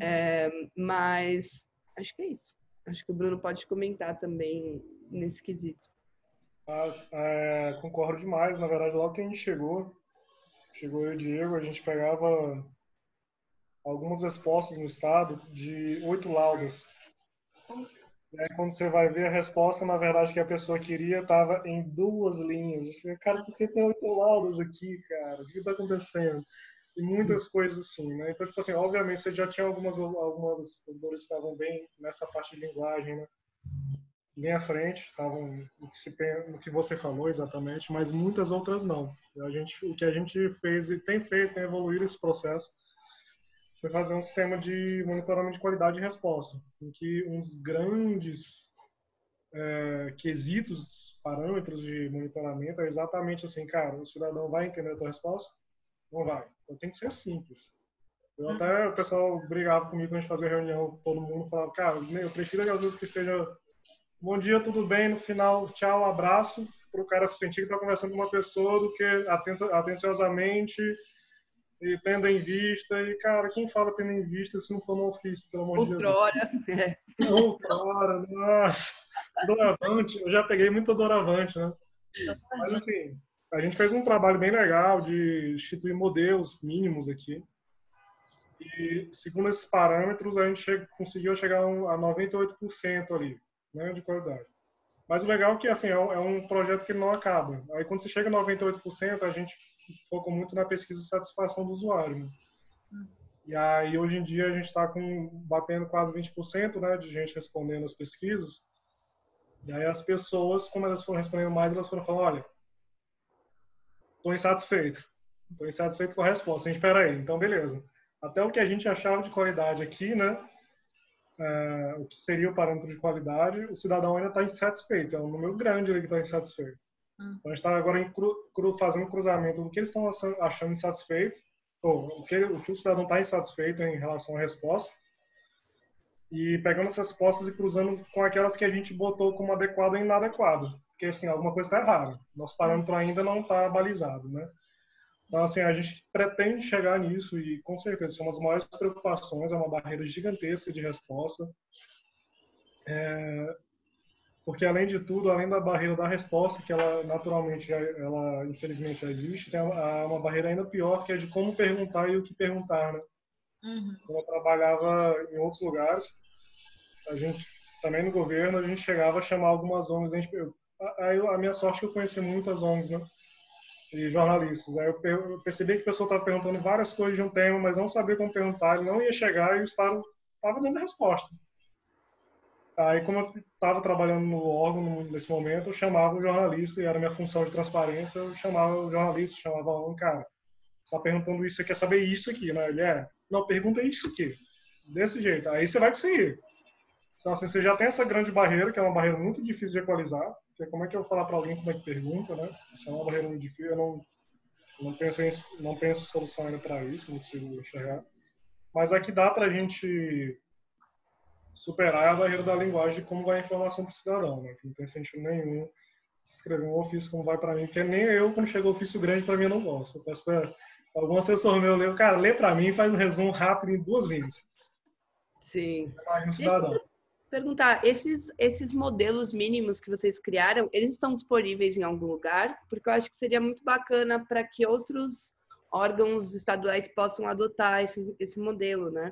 Mas acho que é isso. Acho que o Bruno pode comentar também nesse quesito. Concordo demais. Na verdade, logo que a gente chegou eu e o Diego, a gente pegava algumas respostas no estado de 8 laudas. E aí, quando você vai ver a resposta, na verdade, que a pessoa queria estava em 2 linhas. Eu falei, cara, por que tem 8 laudas aqui, cara? O que está acontecendo? E muitas coisas assim, né? Então, tipo assim, obviamente, você já tinha algumas editoras que estavam bem nessa parte de linguagem, né? Bem à frente, estavam no que você falou exatamente, mas muitas outras não. O que a gente fez e tem evoluído esse processo, foi fazer um sistema de monitoramento de qualidade de resposta, em que uns grandes quesitos, parâmetros de monitoramento é exatamente assim, cara, o cidadão vai entender a tua resposta? Não vai. Então tem que ser simples. Até o pessoal brigava comigo quando a gente fazia reunião, todo mundo falava, cara, eu prefiro às vezes que esteja bom dia, tudo bem, no final, tchau, abraço, para o cara se sentir que está conversando com uma pessoa do que atenciosamente e tendo em vista. E, cara, quem fala tendo em vista se não for no ofício, pelo amor de Deus? Outrora, nossa. Doravante, eu já peguei muito doravante, né? Mas, assim, a gente fez um trabalho bem legal de instituir modelos mínimos aqui. E, segundo esses parâmetros, a gente conseguiu chegar a 98% ali, né, de qualidade. Mas o legal é que assim, é um projeto que não acaba. Aí, quando você chega a 98%, a gente focou muito na pesquisa de satisfação do usuário. Né? E aí, hoje em dia, a gente está batendo quase 20%, né, de gente respondendo as pesquisas. E aí, as pessoas, como elas foram respondendo mais, elas foram falando, olha, estou insatisfeito. Estou insatisfeito com a resposta. A gente, espera aí, então beleza. Até o que a gente achava de qualidade aqui, né, o que seria o parâmetro de qualidade, o cidadão ainda está insatisfeito. É um número grande ele que está insatisfeito. Então, a gente está agora fazendo um cruzamento do que eles estão achando insatisfeito, ou o que o cidadão está insatisfeito em relação à resposta, e pegando essas respostas e cruzando com aquelas que a gente botou como adequado e inadequado. Porque, assim, alguma coisa está errada. Nosso parâmetro ainda não está balizado, né? Então, assim, a gente pretende chegar nisso e, com certeza, são uma das maiores preocupações, é uma barreira gigantesca de resposta. Porque, além de tudo, além da barreira da resposta, que ela, naturalmente, ela infelizmente já existe, tem uma barreira ainda pior, que é de como perguntar e o que perguntar, né? Quando eu trabalhava em outros lugares, a gente, também no governo, a gente chegava a chamar algumas ONGs, a minha sorte é que eu conheci muitas ONGs, né? E jornalistas. Aí eu percebi que a pessoa estava perguntando várias coisas de um tema, mas não sabia como perguntar, ele não ia chegar e o Estado estava dando a resposta. Aí, como eu estava trabalhando no órgão nesse momento, eu chamava o jornalista, e era minha função de transparência, eu chamava o jornalista, chamava o cara, você está perguntando isso, você quer saber isso aqui, né? Ele não, pergunta isso aqui, desse jeito, aí você vai conseguir. Então, assim, você já tem essa grande barreira, que é uma barreira muito difícil de equalizar, porque como é que eu vou falar para alguém como é que pergunta, né? Isso é uma barreira muito difícil, eu não penso solução ainda para isso, não consigo enxergar. Mas aqui dá para a gente superar a barreira da linguagem de como vai a informação para o cidadão, né? Que não tem sentido nenhum se escrever um ofício como vai para mim, porque nem eu, quando chega ofício grande, para mim eu não gosto. Eu peço para algum assessor meu ler, cara, lê para mim e faz um resumo rápido em 2 linhas. Sim. Um cidadão. Perguntar, esses modelos mínimos que vocês criaram, eles estão disponíveis em algum lugar? Porque eu acho que seria muito bacana para que outros órgãos estaduais possam adotar esse modelo, né?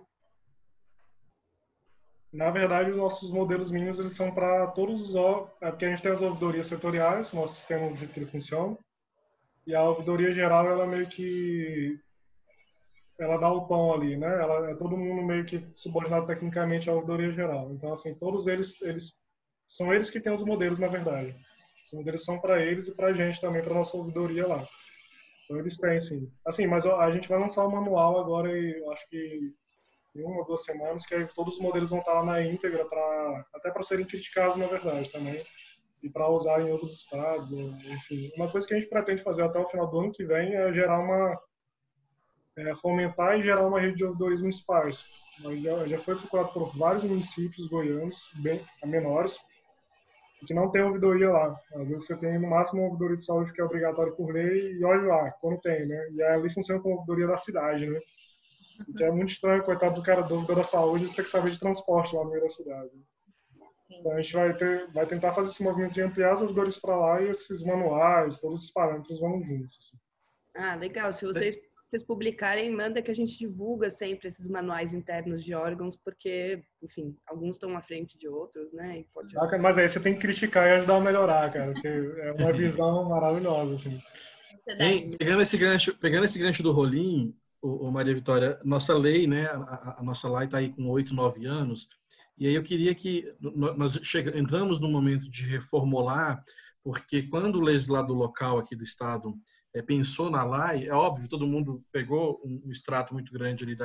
Na verdade, os nossos modelos mínimos eles são para todos os órgãos, porque a gente tem as ouvidorias setoriais, o nosso sistema do jeito que ele funciona, e a ouvidoria geral, ela meio que ela dá o tom ali, né? Ela é todo mundo meio que subordinado tecnicamente à ouvidoria geral. Então, assim, todos eles são eles que têm os modelos, na verdade. Os modelos são para eles e para a gente também, para nossa ouvidoria lá. Então, eles têm, sim. Assim, mas a gente vai lançar o manual agora, e eu acho que em 1 ou 2 semanas, que aí todos os modelos vão estar lá na íntegra, até para serem criticados, na verdade, também. E para usar em outros estados, enfim. Uma coisa que a gente pretende fazer até o final do ano que vem é gerar fomentar e gerar uma rede de ouvidorias municipais. Mas já foi procurado por vários municípios goianos, bem menores, que não tem ouvidoria lá. Às vezes você tem no máximo uma ouvidoria de saúde que é obrigatória por lei, e olha lá, quando tem, né? E aí ali funciona como ouvidoria da cidade, né? Que é muito estranho, coitado do cara do ouvidor da saúde, ter que saber de transporte lá no meio da cidade. Sim. Então a gente vai tentar fazer esse movimento de ampliar as ouvidorias para lá, e esses manuais, todos esses parâmetros vão juntos. Assim. Ah, legal. Se vocês publicarem, manda que a gente divulga sempre esses manuais internos de órgãos, porque, enfim, alguns estão à frente de outros, né? E pode... Mas aí você tem que criticar e ajudar a melhorar, cara, porque é uma visão maravilhosa, assim. Pegando esse gancho do Rolim, Maria Vitória, nossa lei, né? A nossa lei está aí com 8, 9 anos, e aí eu queria que nós entramos num momento de reformular, porque quando o legislador local aqui do estado pensou na lei, é óbvio, todo mundo pegou um extrato muito grande ali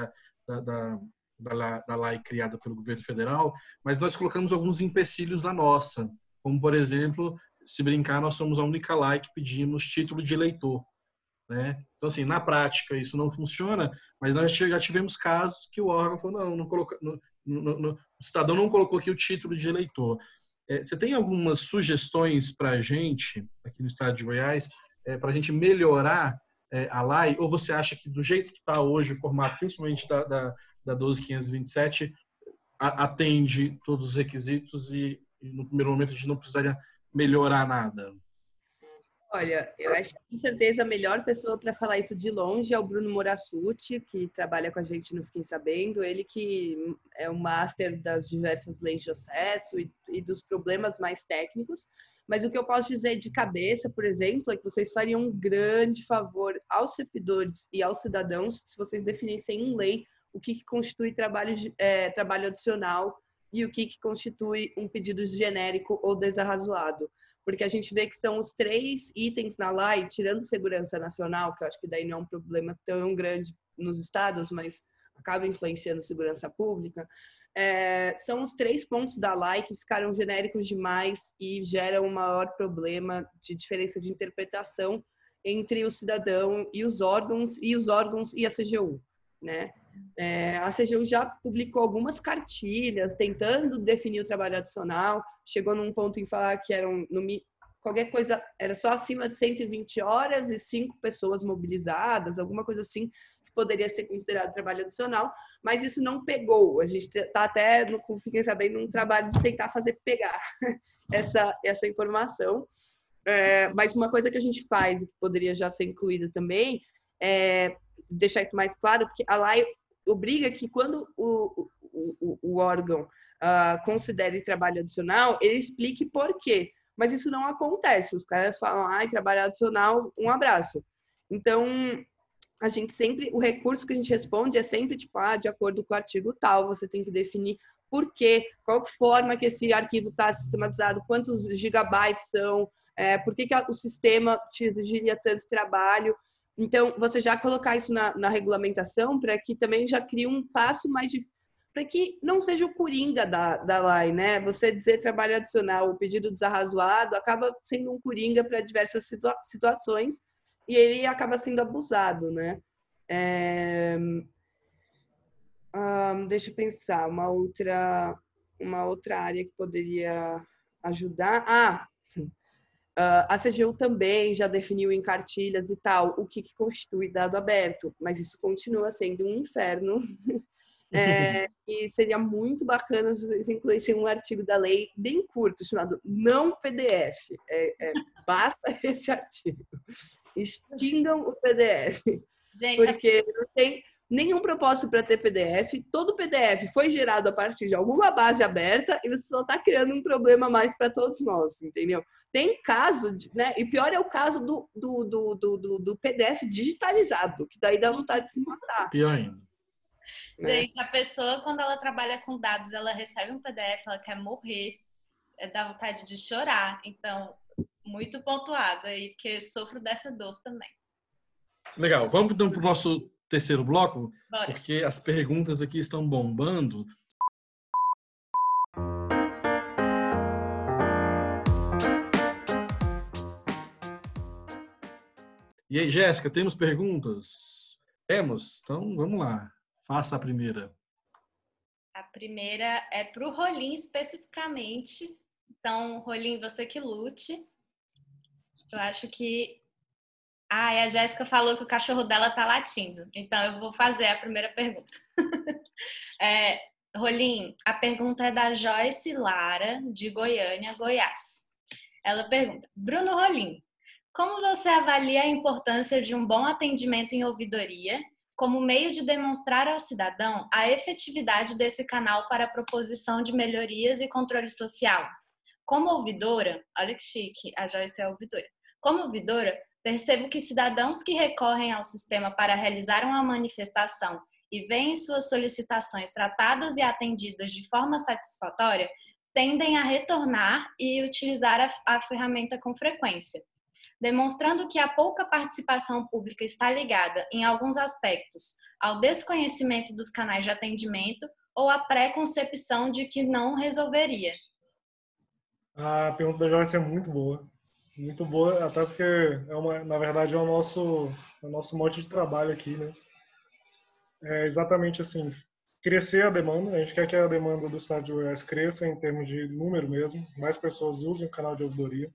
da lei criada pelo governo federal, mas nós colocamos alguns empecilhos na nossa, como, por exemplo, se brincar, nós somos a única lei que pedimos título de eleitor. Né? Então, assim, na prática isso não funciona, mas nós já tivemos casos que o órgão falou, não colocou, o cidadão não colocou aqui o título de eleitor. Você tem algumas sugestões para a gente, aqui no estado de Goiás, para a gente melhorar a lei, ou você acha que do jeito que está hoje o formato, principalmente da 12.527, atende todos os requisitos e no primeiro momento a gente não precisaria melhorar nada? Olha, eu acho que com certeza a melhor pessoa para falar isso de longe é o Bruno Morassutti, que trabalha com a gente no Fiquem Sabendo. Ele que é o master das diversas leis de acesso e dos problemas mais técnicos. Mas o que eu posso dizer de cabeça, por exemplo, é que vocês fariam um grande favor aos servidores e aos cidadãos se vocês definissem em lei o que constitui trabalho adicional e o que constitui um pedido genérico ou desarrazoado. Porque a gente vê que são os 3 itens na lei, tirando segurança nacional, que eu acho que daí não é um problema tão grande nos estados, mas acaba influenciando segurança pública, são os 3 pontos da lei que ficaram genéricos demais e geram um maior problema de diferença de interpretação entre o cidadão e os órgãos e a CGU, né? A CGU já publicou algumas cartilhas tentando definir o trabalho adicional, chegou num ponto em falar que qualquer coisa era só acima de 120 horas e 5 pessoas mobilizadas, alguma coisa assim que poderia ser considerado trabalho adicional, mas isso não pegou. A gente está até, fiquem sabendo, num trabalho de tentar fazer pegar essa informação. Mas uma coisa que a gente faz e que poderia já ser incluída também é deixar isso mais claro, porque a lei obriga que quando o órgão considere trabalho adicional, ele explique por quê. Mas isso não acontece. Os caras falam, trabalho adicional, um abraço. Então, a gente sempre, o recurso que a gente responde é sempre tipo, de acordo com o artigo tal, você tem que definir por quê, qual forma que esse arquivo está sistematizado, quantos gigabytes são, por que o sistema te exigiria tanto trabalho. Então, você já colocar isso na regulamentação para que também já crie um passo mais difícil, para que não seja o coringa da lei, né? Você dizer trabalho adicional, o pedido desarrazoado, acaba sendo um coringa para diversas situações e ele acaba sendo abusado, né? Deixa eu pensar, uma outra área que poderia ajudar. A CGU também já definiu em cartilhas e tal o que constitui dado aberto, mas isso continua sendo um inferno. E seria muito bacana se vocês incluíssem um artigo da lei bem curto, chamado não PDF. Basta esse artigo. Extingam o PDF. Gente, porque não tem nenhum propósito para ter PDF. Todo PDF foi gerado a partir de alguma base aberta e você só está criando um problema mais para todos nós, entendeu? Tem caso, né? E pior é o caso do PDF digitalizado, que daí dá vontade de se matar. Pior ainda. Gente, a pessoa, quando ela trabalha com dados, ela recebe um PDF, ela quer morrer, dá vontade de chorar. Então, muito pontuado aí, porque eu sofro dessa dor também. Legal, vamos então para o nosso terceiro bloco, Bora. porque as perguntas aqui estão bombando. E aí, Jéssica, temos perguntas? Temos? Então, vamos lá. Faça a primeira. A primeira é para o Rolim especificamente. Então, Rolim, você que lute. Eu acho que... e a Jéssica falou que o cachorro dela tá latindo. Então, eu vou fazer a primeira pergunta. Rolim, a pergunta é da Joyce Lara, de Goiânia, Goiás. Ela pergunta, Bruno Rolim, como você avalia a importância de um bom atendimento em ouvidoria como meio de demonstrar ao cidadão a efetividade desse canal para a proposição de melhorias e controle social? Como ouvidora, olha que chique, a Joyce é ouvidora. Como ouvidora, percebo que cidadãos que recorrem ao sistema para realizar uma manifestação e veem suas solicitações tratadas e atendidas de forma satisfatória, tendem a retornar e utilizar a ferramenta com frequência, demonstrando que a pouca participação pública está ligada, em alguns aspectos, ao desconhecimento dos canais de atendimento ou à pré-concepção de que não resolveria. A pergunta da Joyce é muito boa, até porque na verdade é o nosso mote de trabalho aqui, né? É exatamente assim, crescer a demanda. A gente quer que a demanda do estado de Goiás cresça em termos de número mesmo, mais pessoas usem o canal de ouvidoria.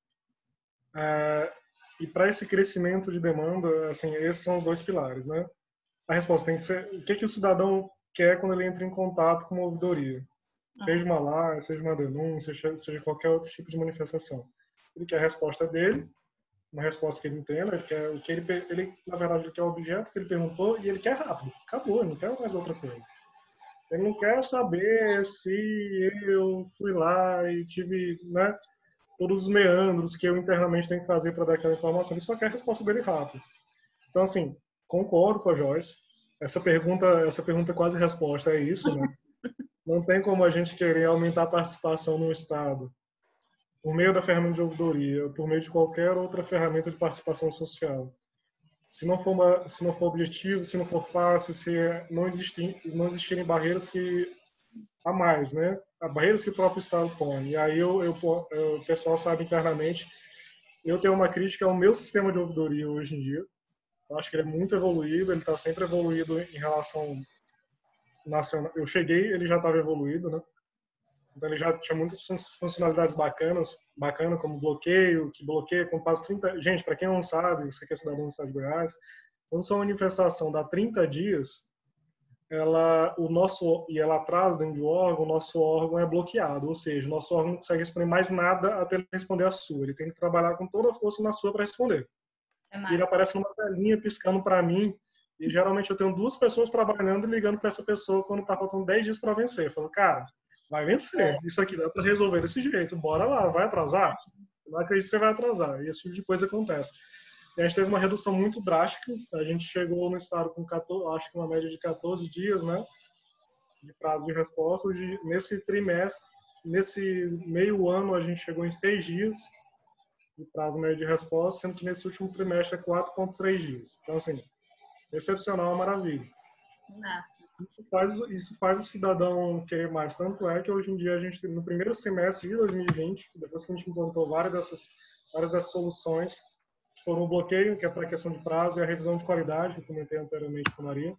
E para esse crescimento de demanda, assim, esses são os 2 pilares, né? A resposta tem que ser o que o cidadão quer quando ele entra em contato com uma ouvidoria. Seja uma live, seja uma denúncia, seja qualquer outro tipo de manifestação. Ele quer a resposta dele uma resposta que ele entenda, ele quer o que ele na verdade ele quer o objeto que ele perguntou e ele quer rápido. Acabou, ele não quer mais outra coisa. Ele não quer saber se eu fui lá e tive, né, todos os meandros que eu internamente tenho que fazer para dar aquela informação. Ele só quer a resposta dele rápido. Então, assim, concordo com a Joyce. Essa pergunta quase resposta é isso, né? Não tem como a gente querer aumentar a participação no Estado por meio da ferramenta de ouvidoria, por meio de qualquer outra ferramenta de participação social. Se não for objetivo, se não for fácil, se não existirem barreiras que a mais, né? Barreiras que o próprio Estado põe. E aí o pessoal sabe internamente, eu tenho uma crítica ao meu sistema de ouvidoria hoje em dia. Eu acho que ele é muito evoluído, ele está sempre evoluído em relação nacional. Eu cheguei, ele já estava evoluído, né? Então ele já tinha muitas funcionalidades bacanas, como bloqueio, que bloqueia com quase 30... Gente, para quem não sabe, você que é cidadão do Estado de Goiás, quando sua manifestação dá 30 dias, ela atrasa dentro do órgão, o nosso órgão é bloqueado, ou seja, o nosso órgão não consegue responder mais nada até ele responder a sua. Ele tem que trabalhar com toda a força na sua para responder. E ele aparece numa telinha piscando para mim, e geralmente eu tenho 2 pessoas trabalhando e ligando para essa pessoa quando está faltando 10 dias para vencer. Eu falo, cara, vai vencer. Isso aqui dá para resolver desse jeito. Bora lá, vai atrasar? Eu não acredito que você vai atrasar. E esse tipo de coisa acontece. E a gente teve uma redução muito drástica. A gente chegou no estado com 14, acho que uma média de 14 dias, né? De prazo de resposta. Nesse trimestre, nesse meio ano, a gente chegou em 6 dias de prazo médio de resposta, sendo que nesse último trimestre é 4,3 dias. Então, assim, excepcional, maravilha. Nossa. Isso faz o cidadão querer mais. Tanto é que hoje em dia a gente, no primeiro semestre de 2020, depois que a gente implantou várias dessas soluções, foram o bloqueio, que é para a questão de prazo, e a revisão de qualidade, que eu comentei anteriormente com a Maria.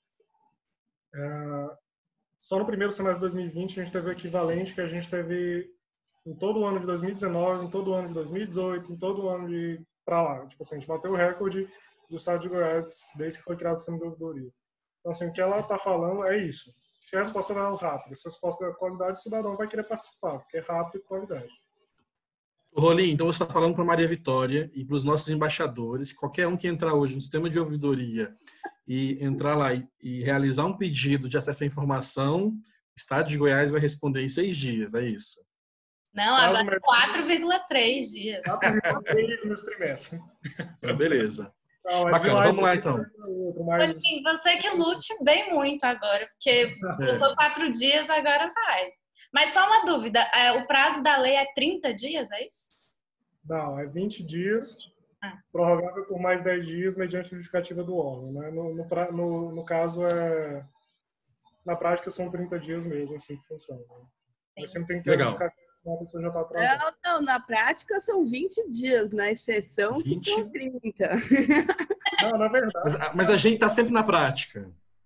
Só no primeiro semestre de 2020 a gente teve o equivalente que a gente teve em todo o ano de 2019, em todo o ano de 2018, em todo o ano de para lá. Tipo assim, a gente bateu o recorde do Estado de Goiás desde que foi criado o sistema de ouvidoria. Então, assim, o que ela está falando é isso. Se a resposta é rápida, se a resposta é qualidade, o cidadão vai querer participar, porque é rápido e qualidade. Rolim, então você está falando para Maria Vitória e para os nossos embaixadores, qualquer um que entrar hoje no sistema de ouvidoria e entrar lá e realizar um pedido de acesso à informação, o Estado de Goiás vai responder em 6 dias, é isso? Não, agora 4,3 dias. 4,3 nesse trimestre. Beleza. Não, bacana, vamos lá então. Assim, você que lute bem muito agora, porque botou 4 dias, agora vai. Mas só uma dúvida, o prazo da lei é 30 dias, é isso? Não, é 20 dias, prorrogável por mais 10 dias mediante justificativa do órgão. Né? No caso, na prática são 30 dias mesmo, assim que funciona. Né? Mas sempre tem que ter justificativa, senão a pessoa já está atrasada. Não, na prática são 20 dias, na exceção 20? Que são 30. Não, na verdade. Mas a gente está sempre na prática.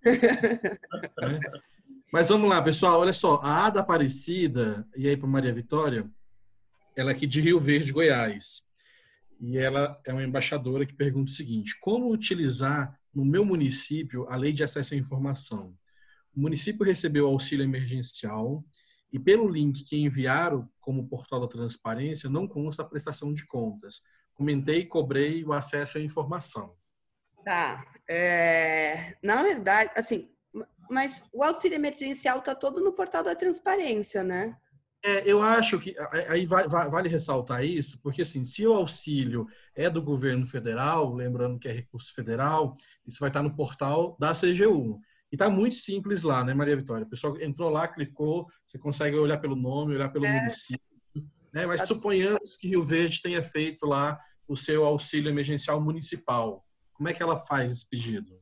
Né? Mas vamos lá, pessoal, olha só, a Ada Aparecida, e aí para Maria Vitória, ela é aqui de Rio Verde, Goiás, e ela é uma embaixadora que pergunta o seguinte: como utilizar no meu município a lei de acesso à informação? O município recebeu auxílio emergencial e pelo link que enviaram como portal da transparência não consta a prestação de contas. Comentei e cobrei o acesso à informação. Tá, na verdade, assim, mas o auxílio emergencial está todo no portal da transparência, né? Eu acho que aí vale ressaltar isso, porque assim, se o auxílio é do governo federal, lembrando que é recurso federal, isso vai estar no portal da CGU. E está muito simples lá, né, Maria Vitória? O pessoal entrou lá, clicou, você consegue olhar pelo nome, olhar pelo município. Né? Mas suponhamos que Rio Verde tenha feito lá o seu auxílio emergencial municipal. Como é que ela faz esse pedido?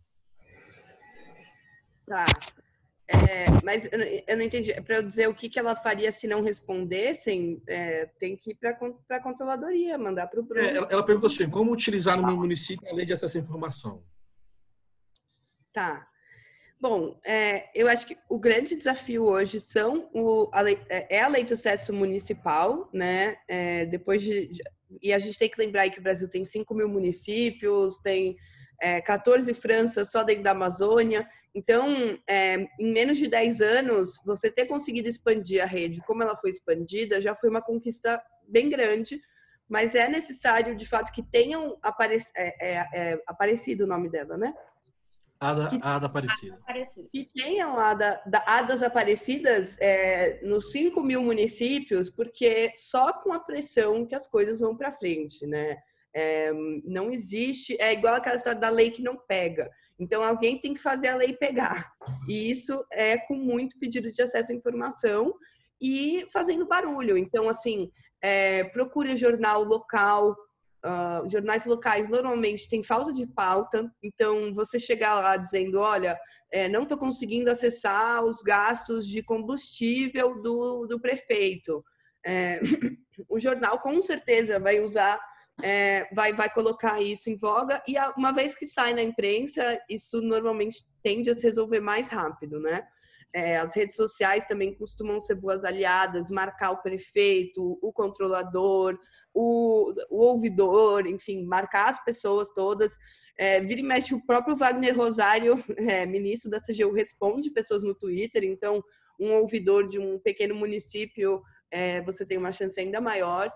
Tá. Mas eu não entendi. Para eu dizer o que ela faria se não respondessem, tem que ir para a controladoria, mandar para o Bruno. Ela perguntou assim: como utilizar no meu município a lei de acesso à informação? Tá. Bom, eu acho que o grande desafio hoje a lei de acesso municipal, né? E a gente tem que lembrar aí que o Brasil tem 5.000 municípios, tem 14 Franças só dentro da Amazônia. Então, em menos de 10 anos, você ter conseguido expandir a rede como ela foi expandida já foi uma conquista bem grande, mas é necessário, de fato, que tenham aparecido o nome dela, né? Ada Aparecida. Que tenham hadas aparecidas nos 5.000 municípios, porque só com a pressão que as coisas vão para frente, né? Não existe, é igual aquela história da lei que não pega. Então, alguém tem que fazer a lei pegar. E isso é com muito pedido de acesso à informação e fazendo barulho. Então, assim, procure jornal local. Jornais locais normalmente têm falta de pauta, então você chegar lá dizendo, olha, não estou conseguindo acessar os gastos de combustível do prefeito. O jornal com certeza vai usar, vai colocar isso em voga, e uma vez que sai na imprensa, isso normalmente tende a se resolver mais rápido, né? As redes sociais também costumam ser boas aliadas, marcar o prefeito, o controlador, o ouvidor, enfim, marcar as pessoas todas. Vira e mexe, o próprio Wagner Rosário, ministro da CGU, responde pessoas no Twitter, então um ouvidor de um pequeno município, você tem uma chance ainda maior.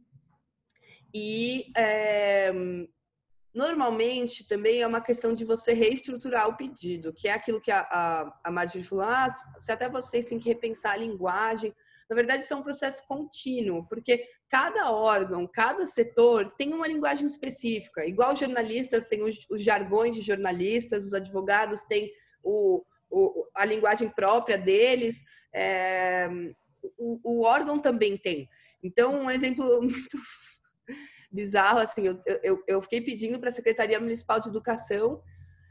E normalmente também é uma questão de você reestruturar o pedido, que é aquilo que a Marjorie falou, se até vocês têm que repensar a linguagem. Na verdade, isso é um processo contínuo, porque cada órgão, cada setor tem uma linguagem específica. Igual os jornalistas têm os jargões de jornalistas, os advogados têm a linguagem própria deles, o órgão também tem. Então, um exemplo muito bizarro, assim, eu fiquei pedindo para a Secretaria Municipal de Educação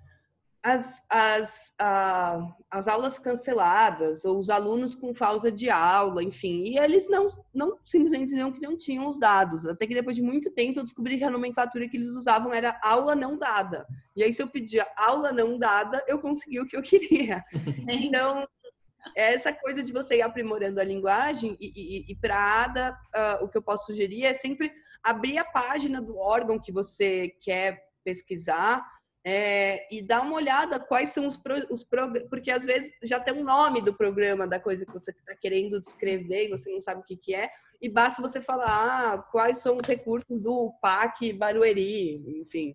as aulas canceladas, ou os alunos com falta de aula, enfim, e eles não simplesmente diziam que não tinham os dados, até que depois de muito tempo eu descobri que a nomenclatura que eles usavam era aula não dada, e aí se eu pedia aula não dada, eu consegui o que eu queria. Então, essa coisa de você ir aprimorando a linguagem, e para a ADA, o que eu posso sugerir é sempre abrir a página do órgão que você quer pesquisar, e dar uma olhada quais são os programas, porque às vezes já tem um nome do programa, da coisa que você está querendo descrever e você não sabe o que é, e basta você falar quais são os recursos do PAC Barueri, enfim.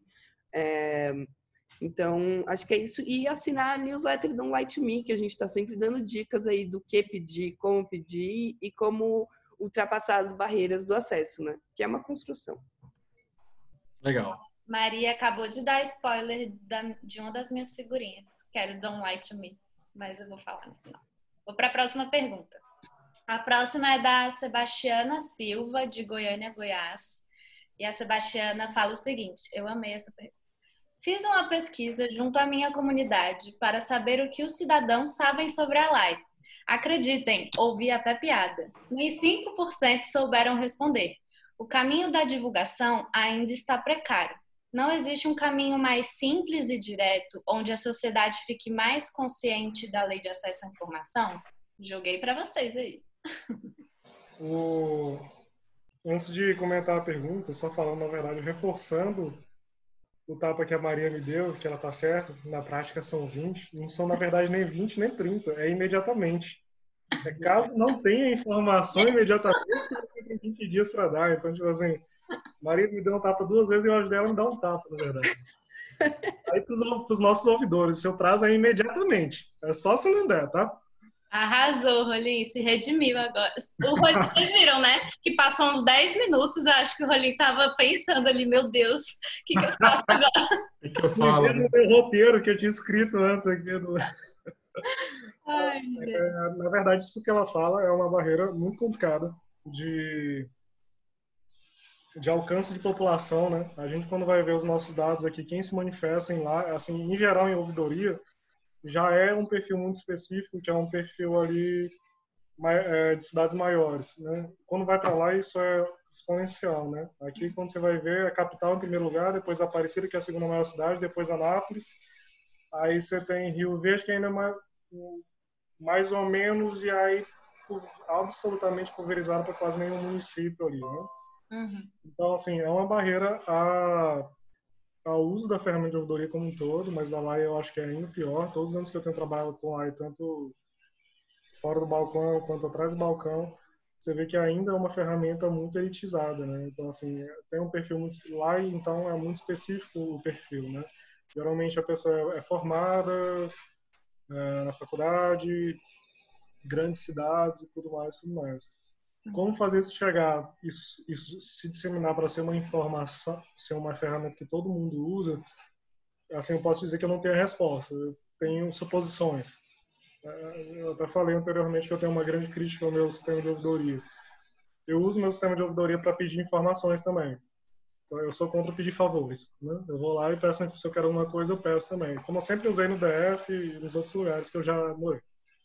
Então, acho que é isso. E assinar a newsletter do White Me, que a gente está sempre dando dicas aí do que pedir, como pedir e como ultrapassar as barreiras do acesso, né? Que é uma construção. Legal. Maria acabou de dar spoiler de uma das minhas figurinhas, que era o Don't Lie to Me, mas eu vou falar no final. Vou para a próxima pergunta. A próxima é da Sebastiana Silva, de Goiânia, Goiás. E a Sebastiana fala o seguinte, eu amei essa pergunta. Fiz uma pesquisa junto à minha comunidade para saber o que os cidadãos sabem sobre a LAI. Acreditem, ouvi até piada. Nem 5% souberam responder. O caminho da divulgação ainda está precário. Não existe um caminho mais simples e direto, onde a sociedade fique mais consciente da lei de acesso à informação? Joguei para vocês aí. Antes de comentar a pergunta, só falando, na verdade, reforçando o tapa que a Maria me deu, que ela tá certa, na prática são 20, não são, na verdade, nem 20, nem 30, é imediatamente. Caso não tenha informação imediatamente, você tem 20 dias para dar. Então, tipo assim, Maria me deu um tapa 2 vezes e eu ajudei ela a me dar um tapa, na verdade. Aí, pros nossos ouvidores, seu prazo é imediatamente. É só se não der, tá? Arrasou, Rolim, se redimiu agora. O Rolim, vocês viram, né? Que passou uns 10 minutos, acho que o Rolim tava pensando ali, meu Deus, o que eu faço agora? O que eu falo? No meu roteiro que eu tinha escrito antes aqui. Ai, gente. Na verdade, isso que ela fala é uma barreira muito complicada de alcance de população, né? A gente, quando vai ver os nossos dados aqui, quem se manifesta lá, assim, em geral, em ouvidoria, já é um perfil muito específico, que é um perfil ali de cidades maiores, né? Quando vai para lá, isso é exponencial, né? Aqui, quando você vai ver, a capital em primeiro lugar, depois Aparecida, que é a segunda maior cidade, depois Anápolis, aí você tem Rio Verde, que ainda é mais ou menos, e aí absolutamente pulverizado para quase nenhum município ali, né? Uhum. Então, assim, é uma barreira ao uso da ferramenta de ouvidoria como um todo, mas da LAI eu acho que é ainda pior. Todos os anos que eu tenho trabalhado com LAI, tanto fora do balcão quanto atrás do balcão, você vê que ainda é uma ferramenta muito elitizada, né? Então, assim, tem um perfil muito lá, então é muito específico o perfil, né? Geralmente a pessoa é formada na faculdade, grandes cidades e tudo mais, tudo mais. Como fazer isso chegar, isso se disseminar para ser uma informação, ser uma ferramenta que todo mundo usa? Assim, eu posso dizer que eu não tenho a resposta. Eu tenho suposições. Eu até falei anteriormente que eu tenho uma grande crítica ao meu sistema de ouvidoria. Eu uso meu sistema de ouvidoria para pedir informações também. Então, eu sou contra pedir favores, né? Eu vou lá e peço, se eu quero alguma coisa, eu peço também. Como eu sempre usei no DF e nos outros lugares que eu já morei.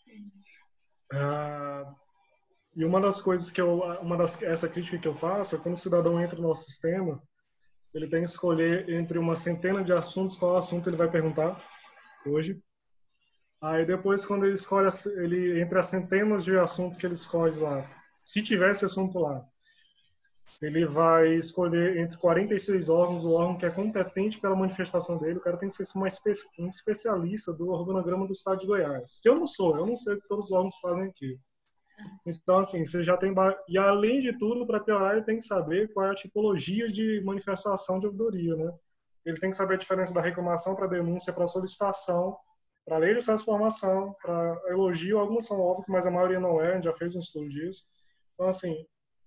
E uma das coisas essa crítica que eu faço é quando o cidadão entra no nosso sistema, ele tem que escolher entre uma centena de assuntos qual assunto ele vai perguntar hoje. Aí depois, quando ele escolhe, entre as centenas de assuntos que ele escolhe lá, se tiver esse assunto lá, ele vai escolher entre 46 órgãos o órgão que é competente pela manifestação dele. O cara tem que ser um especialista do organograma do estado de Goiás. Que eu não sei o que todos os órgãos fazem aqui. Então, assim, você já tem... E, além de tudo, para piorar, ele tem que saber qual é a tipologia de manifestação de ouvidoria, né? Ele tem que saber a diferença da reclamação para denúncia, para solicitação, para lei de transformação, para elogio. Algumas são óbvias, mas a maioria não é. A gente já fez um estudo disso. Então, assim,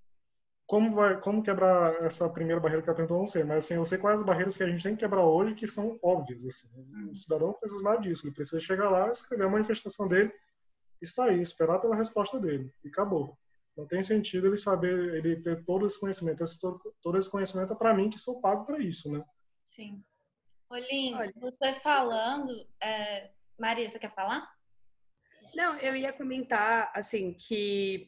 como quebrar essa primeira barreira que eu perguntou, não sei. Mas, assim, eu sei quais as barreiras que a gente tem que quebrar hoje que são óbvias. Assim. O cidadão não precisa nada disso. Ele precisa chegar lá, escrever a manifestação dele e sair, esperar pela resposta dele. E acabou. Não tem sentido ele saber, ele ter todo esse conhecimento. Todo esse conhecimento é para mim, que sou pago para isso, né? Sim. Olim, você falando... Maria, você quer falar? Não, eu ia comentar, assim, que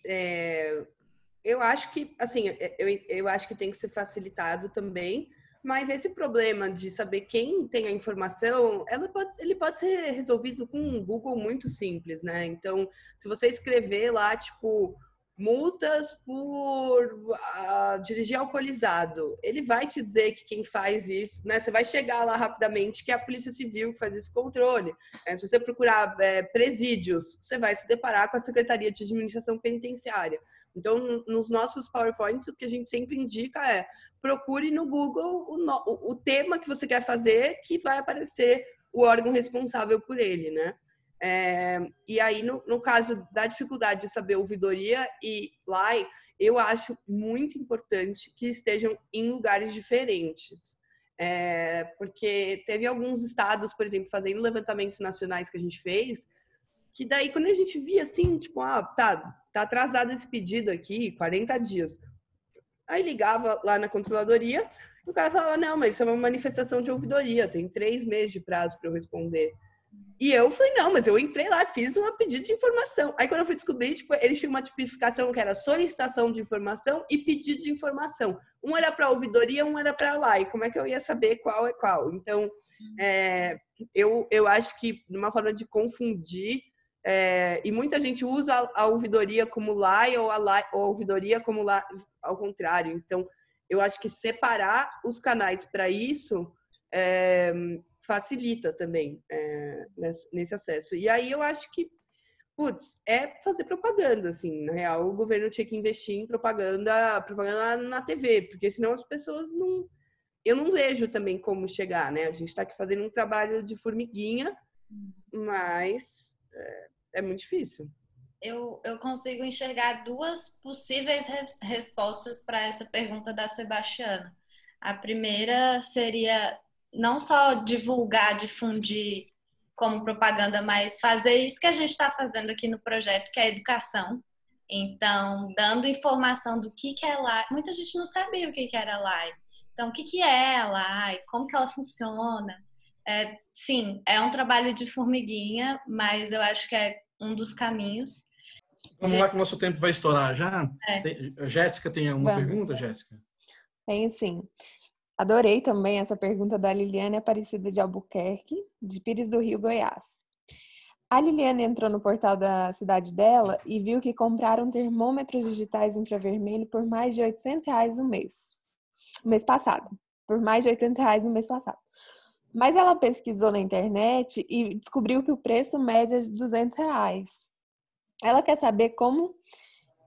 eu acho que, assim, eu acho que tem que ser facilitado também, mas esse problema de saber quem tem a informação, ele pode ser resolvido com um Google muito simples, né? Então, se você escrever lá, tipo, multas por dirigir alcoolizado, ele vai te dizer que quem faz isso, né? Você vai chegar lá rapidamente, que é a Polícia Civil que faz esse controle. Se você procurar presídios, você vai se deparar com a Secretaria de Administração Penitenciária. Então, nos nossos PowerPoints, o que a gente sempre indica é procure no Google o tema que você quer fazer, que vai aparecer o órgão responsável por ele, né? E aí, no caso da dificuldade de saber ouvidoria e LAI, eu acho muito importante que estejam em lugares diferentes. Porque teve alguns estados, por exemplo, fazendo levantamentos nacionais que a gente fez, que daí quando a gente via assim, tipo, tá atrasado esse pedido aqui, 40 dias. Aí ligava lá na controladoria e o cara falava, não, mas isso é uma manifestação de ouvidoria, tem 3 meses de prazo para eu responder. E eu falei, não, mas eu entrei lá, fiz um pedido de informação. Aí quando eu fui descobrir, tipo, eles tinham uma tipificação que era solicitação de informação e pedido de informação. Um era para ouvidoria, um era para lá. E como é que eu ia saber qual é qual? Então, eu acho que uma forma de confundir, e muita gente usa a ouvidoria como LAI ou a ouvidoria como LAI ao contrário. Então, eu acho que separar os canais para isso facilita também nesse acesso. E aí eu acho que, fazer propaganda, assim. Na real, o governo tinha que investir em propaganda na TV, porque senão as pessoas não... Eu não vejo também como chegar, né? A gente está aqui fazendo um trabalho de formiguinha, mas é muito difícil. Eu consigo enxergar 2 possíveis respostas para essa pergunta da Sebastiana. A primeira seria não só divulgar, difundir como propaganda, mas fazer isso que a gente está fazendo aqui no projeto, que é a educação. Então, dando informação do que é LAI. Muita gente não sabia o que era LAI. Então, o que é a LAI? Como que ela funciona? Sim, é um trabalho de formiguinha, mas eu acho que é um dos caminhos. Vamos lá que o nosso tempo vai estourar já. Jéssica, tem alguma pergunta, Jéssica? Tenho sim. Adorei também essa pergunta da Liliane Aparecida de Albuquerque, de Pires do Rio, Goiás. A Liliane entrou no portal da cidade dela e viu que compraram termômetros digitais infravermelho por mais de R$800 no mês. Mês passado. Por mais de R$800 no mês passado. Mas ela pesquisou na internet e descobriu que o preço médio é de R$200. Ela quer saber como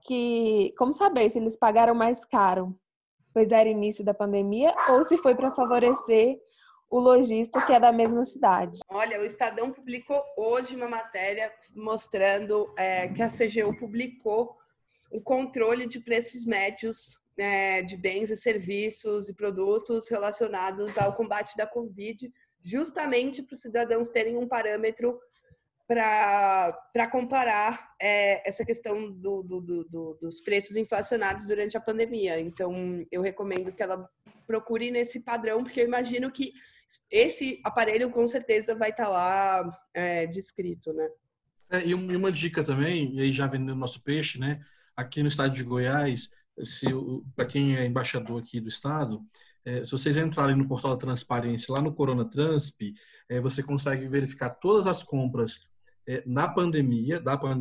como saber se eles pagaram mais caro, pois era início da pandemia, ou se foi para favorecer o lojista que é da mesma cidade? Olha, o Estadão publicou hoje uma matéria mostrando que a CGU publicou o controle de preços médios de bens e serviços e produtos relacionados ao combate da Covid, justamente para os cidadãos terem um parâmetro para comparar essa questão dos preços inflacionados durante a pandemia. Então, eu recomendo que ela procure nesse padrão, porque eu imagino que esse aparelho com certeza vai estar lá descrito, né? E uma dica também, e aí já vendendo nosso peixe, né? Aqui no estado de Goiás, para quem é embaixador aqui do estado, se vocês entrarem no portal da transparência, lá no Corona Transp, você consegue verificar todas as compras da pandemia,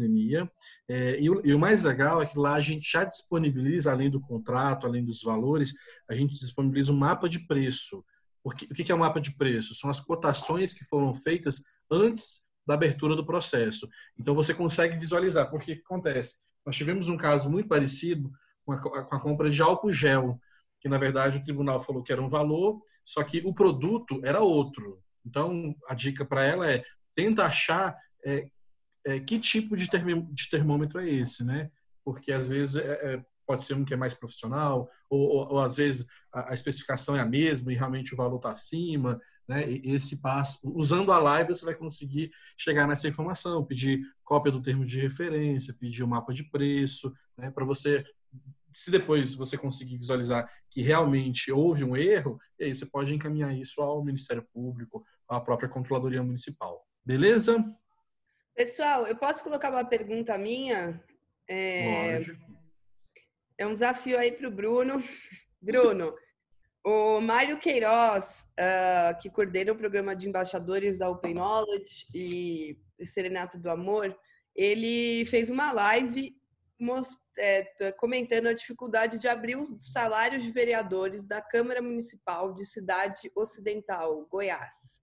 e o mais legal é que lá a gente já disponibiliza, além do contrato, além dos valores, a gente disponibiliza um mapa de preço. Porque, o que é o mapa de preço? São as cotações que foram feitas antes da abertura do processo. Então, você consegue visualizar. Porque o que acontece? Nós tivemos um caso muito parecido com a compra de álcool gel, que, na verdade, o tribunal falou que era um valor, só que o produto era outro. Então, a dica para ela é tenta achar que tipo de termômetro é esse, né? Porque, às vezes, pode ser um que é mais profissional, ou às vezes a especificação é a mesma e realmente o valor está acima, né? E esse passo, usando a live, você vai conseguir chegar nessa informação, pedir cópia do termo de referência, pedir o mapa de preço, né? Para você, se depois você conseguir visualizar que realmente houve um erro, e aí você pode encaminhar isso ao Ministério Público, à própria Controladoria Municipal. Beleza? Pessoal, eu posso colocar uma pergunta minha? Lógico. É um desafio aí para o Bruno. Bruno, o Mário Queiroz, que coordena o programa de embaixadores da Open Knowledge e Serenato do Amor, ele fez uma live comentando a dificuldade de abrir os salários de vereadores da Câmara Municipal de Cidade Ocidental, Goiás.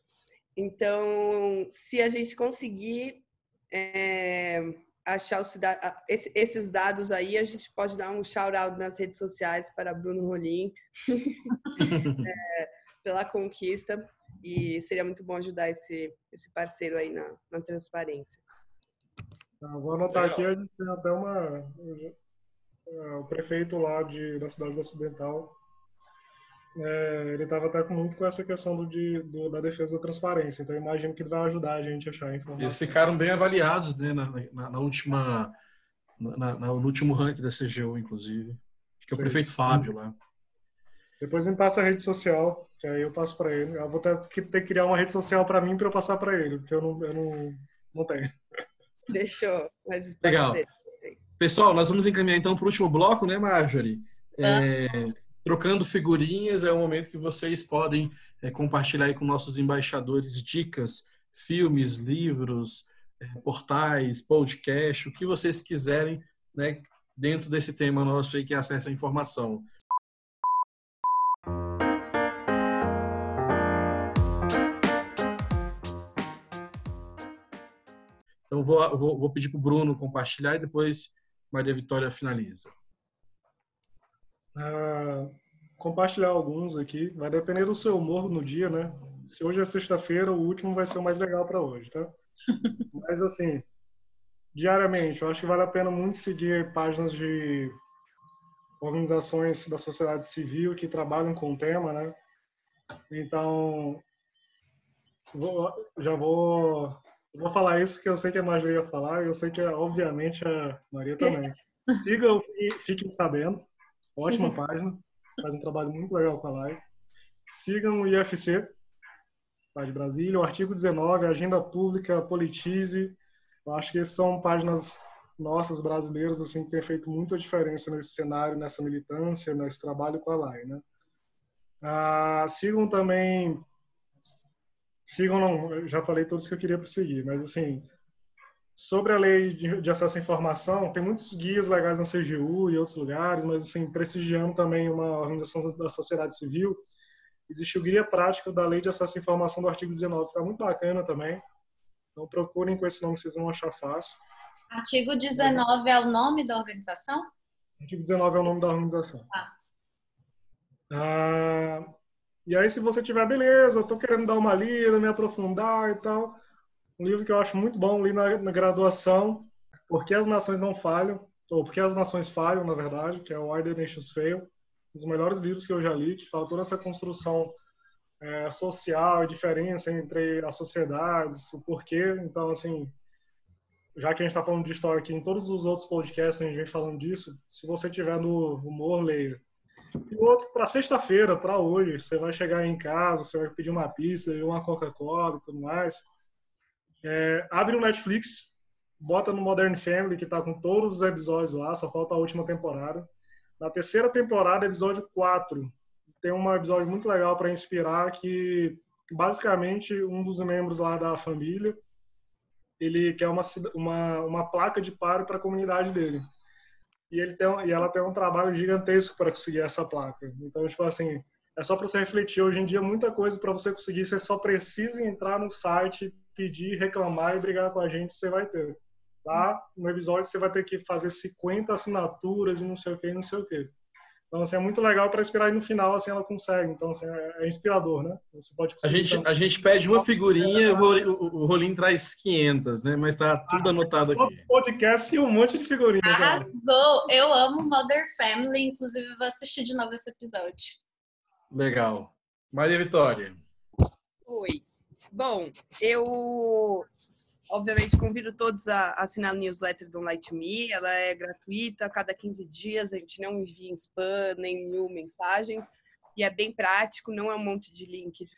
Então, se a gente conseguir achar esses dados aí, a gente pode dar um shout-out nas redes sociais para Bruno Rolim pela conquista, e seria muito bom ajudar esse parceiro aí na transparência. Vou anotar aqui, a gente tem até o prefeito lá da cidade ocidental, ele estava até muito com essa questão da defesa da transparência, então eu imagino que ele vai ajudar a gente a achar a informação. Eles ficaram bem avaliados, né, no último ranking da CGU, inclusive. Acho que é o prefeito Fábio lá. Depois me passa a rede social, que aí eu passo para ele. Eu vou ter que criar uma rede social para mim para eu passar para ele, porque eu não tenho. Fechou. Mas legal. Pessoal, nós vamos encaminhar então para o último bloco, né, Marjorie? Trocando figurinhas é o momento que vocês podem compartilhar aí com nossos embaixadores dicas, filmes, livros, portais, podcast, o que vocês quiserem, né, dentro desse tema nosso aí que é acesso à informação. Então, vou pedir para o Bruno compartilhar e depois Maria Vitória finaliza. Compartilhar alguns aqui. Vai depender do seu humor no dia, né? Se hoje é sexta-feira, o último vai ser o mais legal para hoje, tá? Mas, assim, diariamente, eu acho que vale a pena muito seguir páginas de organizações da sociedade civil que trabalham com o tema, né? Então, vou falar isso porque eu sei que a Maria ia falar e eu sei que, obviamente, a Maria também. Sigam e fiquem sabendo. Ótima página. Faz um trabalho muito legal com a live. Sigam o IFC, lá de Brasília, o Artigo 19, Agenda Pública, Politize. Eu acho que essas são páginas nossas, brasileiras, assim, que têm feito muita diferença nesse cenário, nessa militância, nesse trabalho com a live, né? Sigam também... eu já falei todos que eu queria prosseguir, mas, assim, sobre a lei de acesso à informação, tem muitos guias legais na CGU e outros lugares, mas, assim, prestigiando também uma organização da sociedade civil, existe o guia prático da lei de acesso à informação do artigo 19, que está muito bacana também. Então, procurem com esse nome, vocês vão achar fácil. Artigo 19 é o nome da organização? Artigo 19 é o nome da organização. E aí, se você tiver, beleza, eu tô querendo dar uma lida, me aprofundar e tal. Um livro que eu acho muito bom, li na graduação, Por que as Nações Não Falham, ou Por que as Nações Falham, na verdade, que é o Why the Nations Fail. Um dos melhores livros que eu já li, que fala toda essa construção social, a diferença entre as sociedades, o porquê. Então, assim, já que a gente está falando de história aqui, em todos os outros podcasts a gente vem falando disso, se você tiver no humor, leia. E o outro, para sexta-feira, para hoje, você vai chegar em casa, você vai pedir uma pizza, uma Coca-Cola e tudo mais. Abre o Netflix, bota no Modern Family, que está com todos os episódios lá, só falta a última temporada. Na terceira temporada, episódio 4, tem um episódio muito legal para inspirar, que basicamente um dos membros lá da família, ele quer uma placa de paro para a comunidade dele. E ela tem um trabalho gigantesco para conseguir essa placa. Então, tipo assim, é só para você refletir. Hoje em dia, muita coisa para você conseguir, você só precisa entrar no site, pedir, reclamar e brigar com a gente, você vai ter. Lá no episódio, você vai ter que fazer 50 assinaturas e não sei o que, não sei o que. Então, assim, é muito legal para inspirar e no final, assim, ela consegue. Então, assim, é inspirador, né? Você pode a gente pede uma figurinha, o Rolim traz 500, né? Mas tá tudo anotado aqui. Todos os podcasts e um monte de figurinha. Arrasou! Eu amo Modern Family, inclusive vou assistir de novo esse episódio. Legal. Maria Vitória. Oi. Bom, eu obviamente convido todos a assinar a newsletter do Light Me. Ela é gratuita, a cada 15 dias, a gente não envia em spam nem mil mensagens, e é bem prático, não é um monte de link.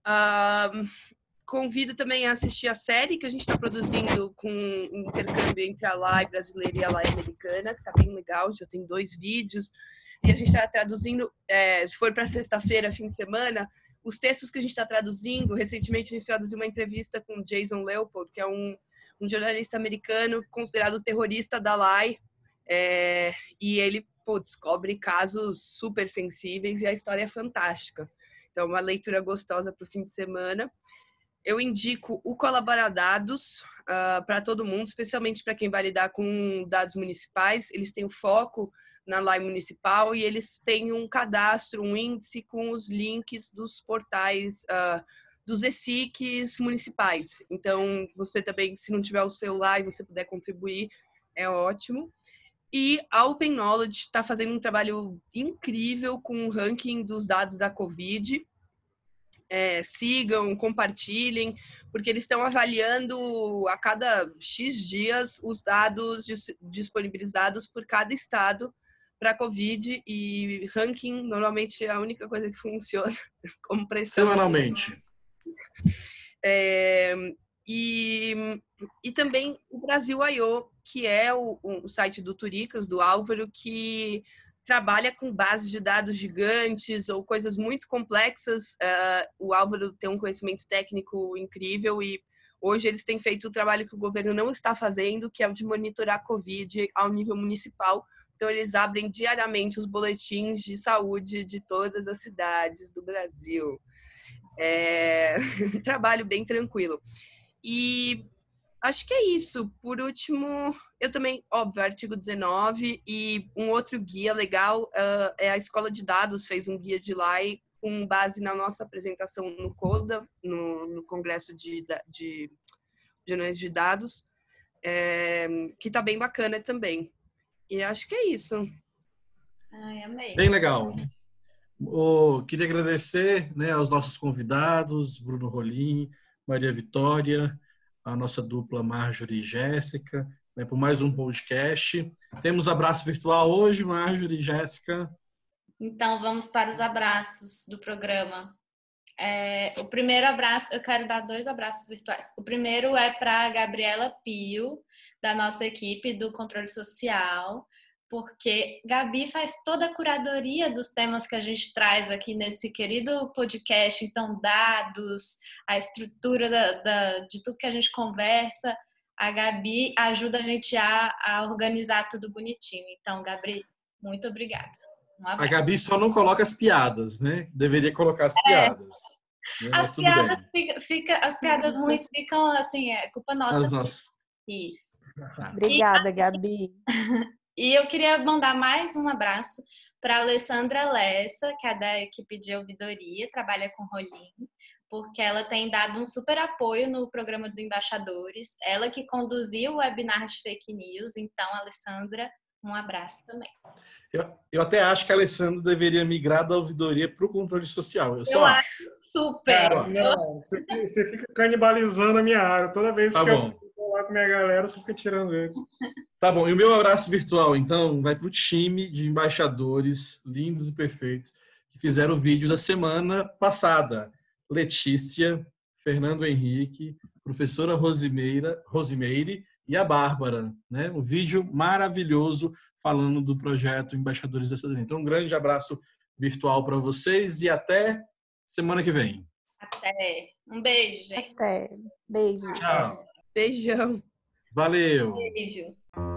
Convido também a assistir a série que a gente está produzindo com um intercâmbio entre a LAI brasileira e a LAI americana, que está bem legal, já tem 2 vídeos, e a gente está traduzindo, se for para sexta-feira, fim de semana, os textos que a gente está traduzindo. Recentemente a gente traduziu uma entrevista com Jason Leopold, que é um jornalista americano considerado terrorista da LAI, e ele descobre casos super sensíveis e a história é fantástica. Então, uma leitura gostosa para o fim de semana. Eu indico o Colaboradados para todo mundo, especialmente para quem vai lidar com dados municipais. Eles têm o foco na LAI municipal e eles têm um cadastro, um índice com os links dos portais dos ESICs municipais. Então, você também, se não tiver o celular e você puder contribuir, é ótimo. E a Open Knowledge está fazendo um trabalho incrível com o ranking dos dados da Covid. Sigam, compartilhem, porque eles estão avaliando a cada X dias os dados disponibilizados por cada estado para a Covid, e ranking normalmente é a única coisa que funciona como pressão. Semanalmente. E também o Brasil I.O., que é o site do Turicas, do Álvaro, que trabalha com bases de dados gigantes ou coisas muito complexas. O Álvaro tem um conhecimento técnico incrível e hoje eles têm feito o trabalho que o governo não está fazendo, que é o de monitorar a Covid ao nível municipal. Então, eles abrem diariamente os boletins de saúde de todas as cidades do Brasil. Um trabalho bem tranquilo. E acho que é isso. Por último, eu também, óbvio, artigo 19, e um outro guia legal é a Escola de Dados, fez um guia de LAI com base na nossa apresentação no CODA, no Congresso de Jornalistas de Dados, que está bem bacana também. E acho que é isso. Ai, amei. Bem legal. Queria agradecer, né, aos nossos convidados, Bruno Rolim, Maria Vitória, a nossa dupla Marjorie e Jéssica, né, por mais um podcast. Temos abraço virtual hoje, Marjorie e Jéssica. Então, vamos para os abraços do programa. O primeiro abraço, eu quero dar 2 abraços virtuais. O primeiro é para a Gabriela Pio, da nossa equipe do Controle Social, porque Gabi faz toda a curadoria dos temas que a gente traz aqui nesse querido podcast. Então, dados, a estrutura de tudo que a gente conversa, a Gabi ajuda a gente a organizar tudo bonitinho. Então, Gabi, muito obrigada. A Gabi só não coloca as piadas, né? Deveria colocar as piadas. Né? As piadas ruins ficam assim, é culpa nossa. As nossas. Isso. Obrigada, Gabi. E eu queria mandar mais um abraço para a Alessandra Lessa, que é da equipe de ouvidoria, trabalha com Rolim, porque ela tem dado um super apoio no programa do Embaixadores. Ela que conduziu o webinar de fake news. Então, Alessandra, um abraço também. Eu até acho que a Alessandra deveria migrar da ouvidoria para o controle social. Eu só acho. Super. Não, você fica canibalizando a minha área. Toda vez Tá que bom. eu vou lá com minha galera, você fica tirando eles. Tá bom, e o meu abraço virtual, então, vai para o time de embaixadores lindos e perfeitos que fizeram o vídeo da semana passada. Letícia, Fernando Henrique, professora Rosimeire e a Bárbara, né? Um vídeo maravilhoso falando do projeto Embaixadores da Cidadania. Então, um grande abraço virtual para vocês e até semana que vem. Até. Um beijo, gente. Até. Beijos. Tchau. Beijão. Valeu. Beijo.